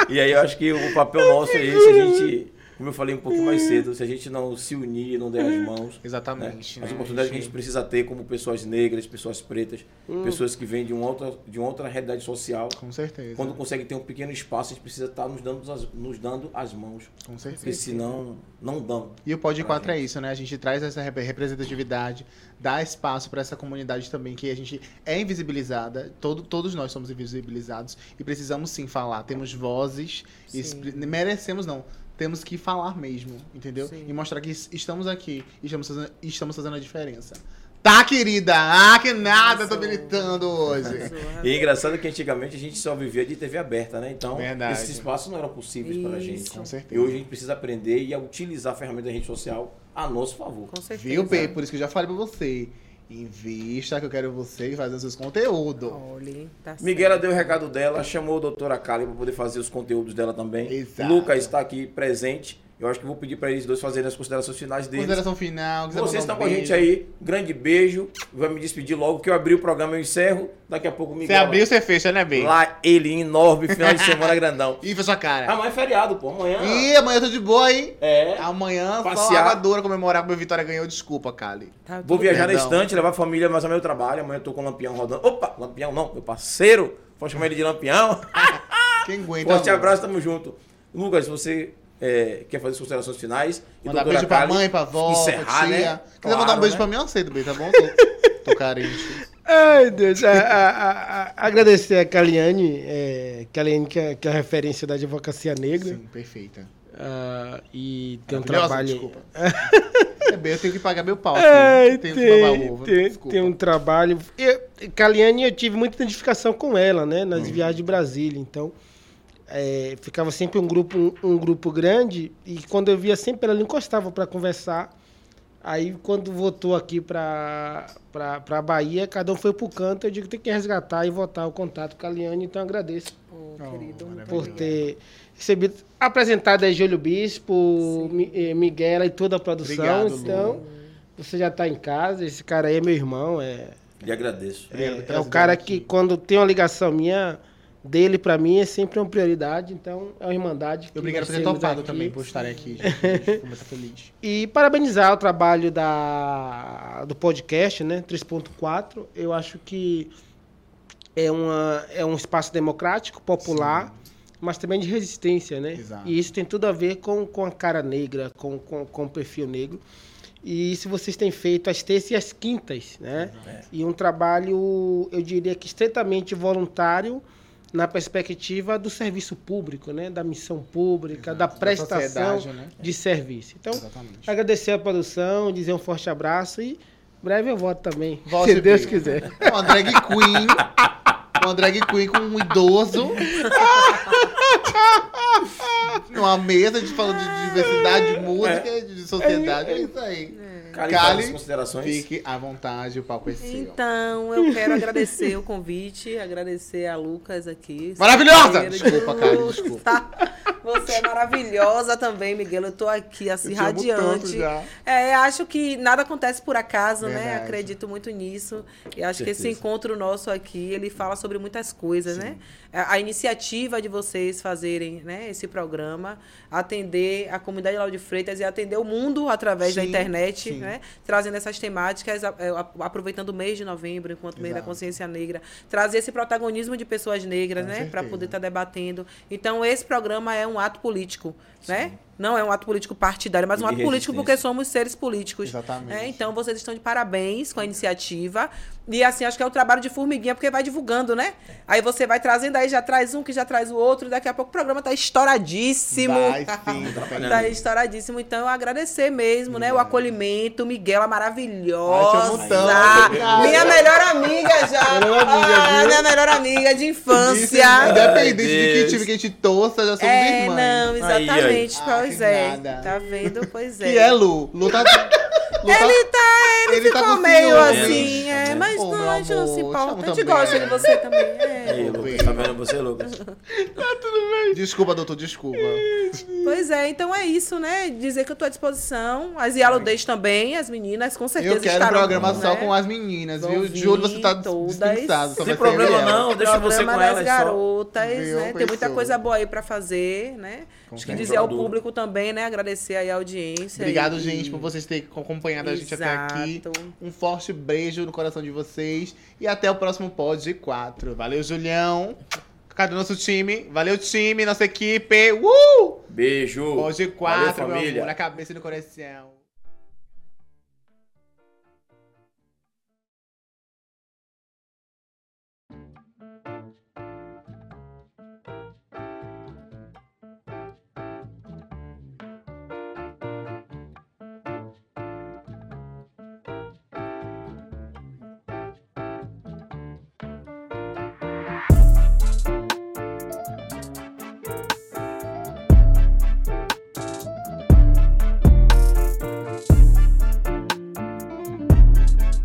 E aí eu acho que o papel nosso é esse, a gente, como eu falei um pouquinho mais cedo, se a gente não se unir, não der as mãos, Exatamente. né? As né? oportunidades que a gente precisa ter como pessoas negras, pessoas pretas, Hum. pessoas que vêm de, um outra, de uma outra realidade social, Com certeza. quando consegue ter um pequeno espaço, a gente precisa estar nos dando as, nos dando as mãos, Com porque certeza. senão não dão. E o Pod pra quatro é gente. isso, né? A gente traz essa rep- representatividade, dá espaço para essa comunidade também, que a gente é invisibilizada, todo, todos nós somos invisibilizados e precisamos sim falar. Temos vozes, e Sim. expri- merecemos não, temos que falar mesmo, entendeu? Sim. E mostrar que es- estamos aqui e estamos fazendo, e estamos fazendo a diferença. Tá, querida? Ah, que nada, tô Arrasou. militando hoje. Arrasou, arrasou. E é engraçado que antigamente a gente só vivia de T V aberta, né? Então, Verdade. esses espaços não eram possíveis para a gente. Isso. Com E certeza. hoje a gente precisa aprender e a utilizar a ferramenta da rede social a nosso favor. Com certeza. Viu, B? Por isso que eu já falei pra você. Invista, que eu quero você fazendo seus conteúdos. Olhe, tá certo. Miguela deu o recado dela, chamou a doutora Kali para poder fazer os conteúdos dela também. Exato. Lucas está aqui presente. Eu acho que vou pedir para eles dois fazerem as considerações finais deles. Consideração final. quiser Vocês mandar estão um com a gente beijo. aí. Grande beijo. Vai me despedir logo, que eu abri o programa, eu encerro. Daqui a pouco o Você Miguel. abriu, você fecha, né, B? Lá ele, enorme, final de semana grandão. Ih, fez sua cara. Amanhã é feriado, pô. Amanhã. Ih, amanhã eu tô de boa, hein? É. Amanhã só Passear. água dura comemorar que o meu Vitória ganhou. Desculpa, Kali. Tá Vou tudo viajar bem. na Perdão. estante, levar a família mais ao meu trabalho. Amanhã eu tô com o Lampião rodando. Opa, Lampião não, meu parceiro. Pode chamar ele de Lampião. Quem aguenta? Forte amor? abraço, tamo junto. Lucas, você é, quer fazer as considerações finais? E Mandar doutora beijo pra Kali, mãe, pra avó, encerrar, pra tia. né? Quiser Claro, mandar um beijo né? pra mim, eu aceito, B, tá bom? Tô, tô carente. Ai, Deus. A- a- a- agradecer a Kaliane, é, Kaliane que é, que é a referência da advocacia negra. Sim, perfeita. ah, e tem um Maravilhosa, trabalho. Desculpa. É bem, eu tenho que pagar meu pau aqui. Ai, tenho que babar tem, ovo. tem, Desculpa. tem um trabalho. Eu, Kaliane, eu tive muita identificação com ela, né? Nas Uhum. viagens de Brasília. Então, é, ficava sempre um grupo, um, um grupo grande. E quando eu via sempre, ela não encostava para conversar. Aí, quando voltou aqui para a Bahia, cada um foi pro canto. Eu digo que tem que resgatar e voltar o contato com a Kaliane. Então, eu agradeço Ô, Oh, querido, muito maravilhoso. por ter recebido, apresentado a Júlio Bispo, Mi- eh, Miguela e toda a produção. Obrigado, Lu. Então, você já está em casa. Esse cara aí é meu irmão. É, Lhe agradeço. Obrigado por é, é o trazer cara ela que, aqui. quando tem uma ligação minha, dele para mim, é sempre uma prioridade. Então, é uma irmandade. que Obrigado por nós ter temos topado aqui. também, por estarem aqui, gente. Fico muito feliz. E parabenizar o trabalho da, do podcast, né? três ponto quatro. Eu acho que é, uma, é um espaço democrático, popular, mas também de resistência, né? Exato. E isso tem tudo a ver com, com a cara negra, com, com, com o perfil negro. E isso vocês têm feito às terças e às quintas, né? É. E um trabalho, eu diria que estritamente voluntário, na perspectiva do serviço público, né? Da missão pública, Exato. da Da prestação sociedade, né? de serviço. Então, Exatamente. agradecer a produção, dizer um forte abraço e breve eu volto também, Volte, se Deus Bia. quiser. Uma drag queen. Uma drag queen com um idoso. Numa mesa de falando de diversidade, de música, de sociedade. É isso aí. Kali, Kali, faz as considerações. Fique à vontade, o papo é seu. Então, eu quero agradecer o convite, agradecer a Lucas aqui. Maravilhosa! parceiro de Desculpa, Kali, luta. desculpa. Você é maravilhosa também, Miguel. Eu tô aqui, assim, Eu te amo tanto radiante. já. É, acho que nada acontece por acaso, né? Verdade. Acredito muito nisso. E acho que esse Certeza. encontro nosso aqui, ele fala sobre muitas coisas, né? A, a iniciativa de vocês fazerem, né, esse programa, atender a comunidade Lauro de Freitas e atender o mundo através da Sim, internet, sim. né? Trazendo essas temáticas, a- é, a- aproveitando o mês de novembro, enquanto mês da Exato. consciência negra, trazer esse protagonismo de pessoas negras, Com né? Para certeza. poder estar debatendo. Então, esse programa é um ato político, né? Não é um ato político partidário, mas E um de ato político resistência. porque somos seres políticos. Exatamente. É, então, vocês estão de parabéns com a iniciativa. E, assim, acho que é um trabalho de formiguinha, porque vai divulgando, né? Aí você vai trazendo, aí já traz um, que já traz o outro. Daqui a pouco o programa tá estouradíssimo. Vai sim, tá trabalhando. Tá estouradíssimo. Então, agradecer mesmo, né? O Obrigado. acolhimento. Miguel, a Ai, te maravilhosa. amo tanto, cara. minha melhor amiga já. Melhor amiga, Ah, viu? minha melhor amiga de Isso, infância. independente de que Deus. time que a gente torça, já somos É, irmãs. não, Aí, exatamente. aí. Pois Ah, é. que nada. Tá vendo? Pois é. Que é Lu. Lu tá... Lu tá... Ele tá, Ele ficou tá com meio ciúme. assim, é, mas Ô, não, meu a gente não amor, se te importa. amo A gente também. gosta de você também. É. Aí, Lucas, tá vendo você, Lucas? Desculpa, doutor, desculpa. Pois é, então é isso, né? Dizer que eu tô à disposição. As Yalodês também, as meninas, com certeza Eu quero um estarão, programa né? só com as meninas, Vão viu? vir Júlio, você tá todas. dispensado. Só Sem vai ser problema eu e ela. não, deixa você Programa com das elas só. garotas, Viu, né? Tem muita pensou. coisa boa aí pra fazer, né? Acho que certeza. dizer ao Duro. público também, né? Agradecer aí a audiência. Obrigado, e- gente, por vocês terem acompanhado a gente até aqui. Exato. Um forte beijo no coração de vocês. E até o próximo Pod quatro. Valeu, Julião. Cadê o nosso time? Valeu, time, nossa equipe. Uh! Beijo. Pod Valeu, quatro, meu família. amor, na cabeça e no coração.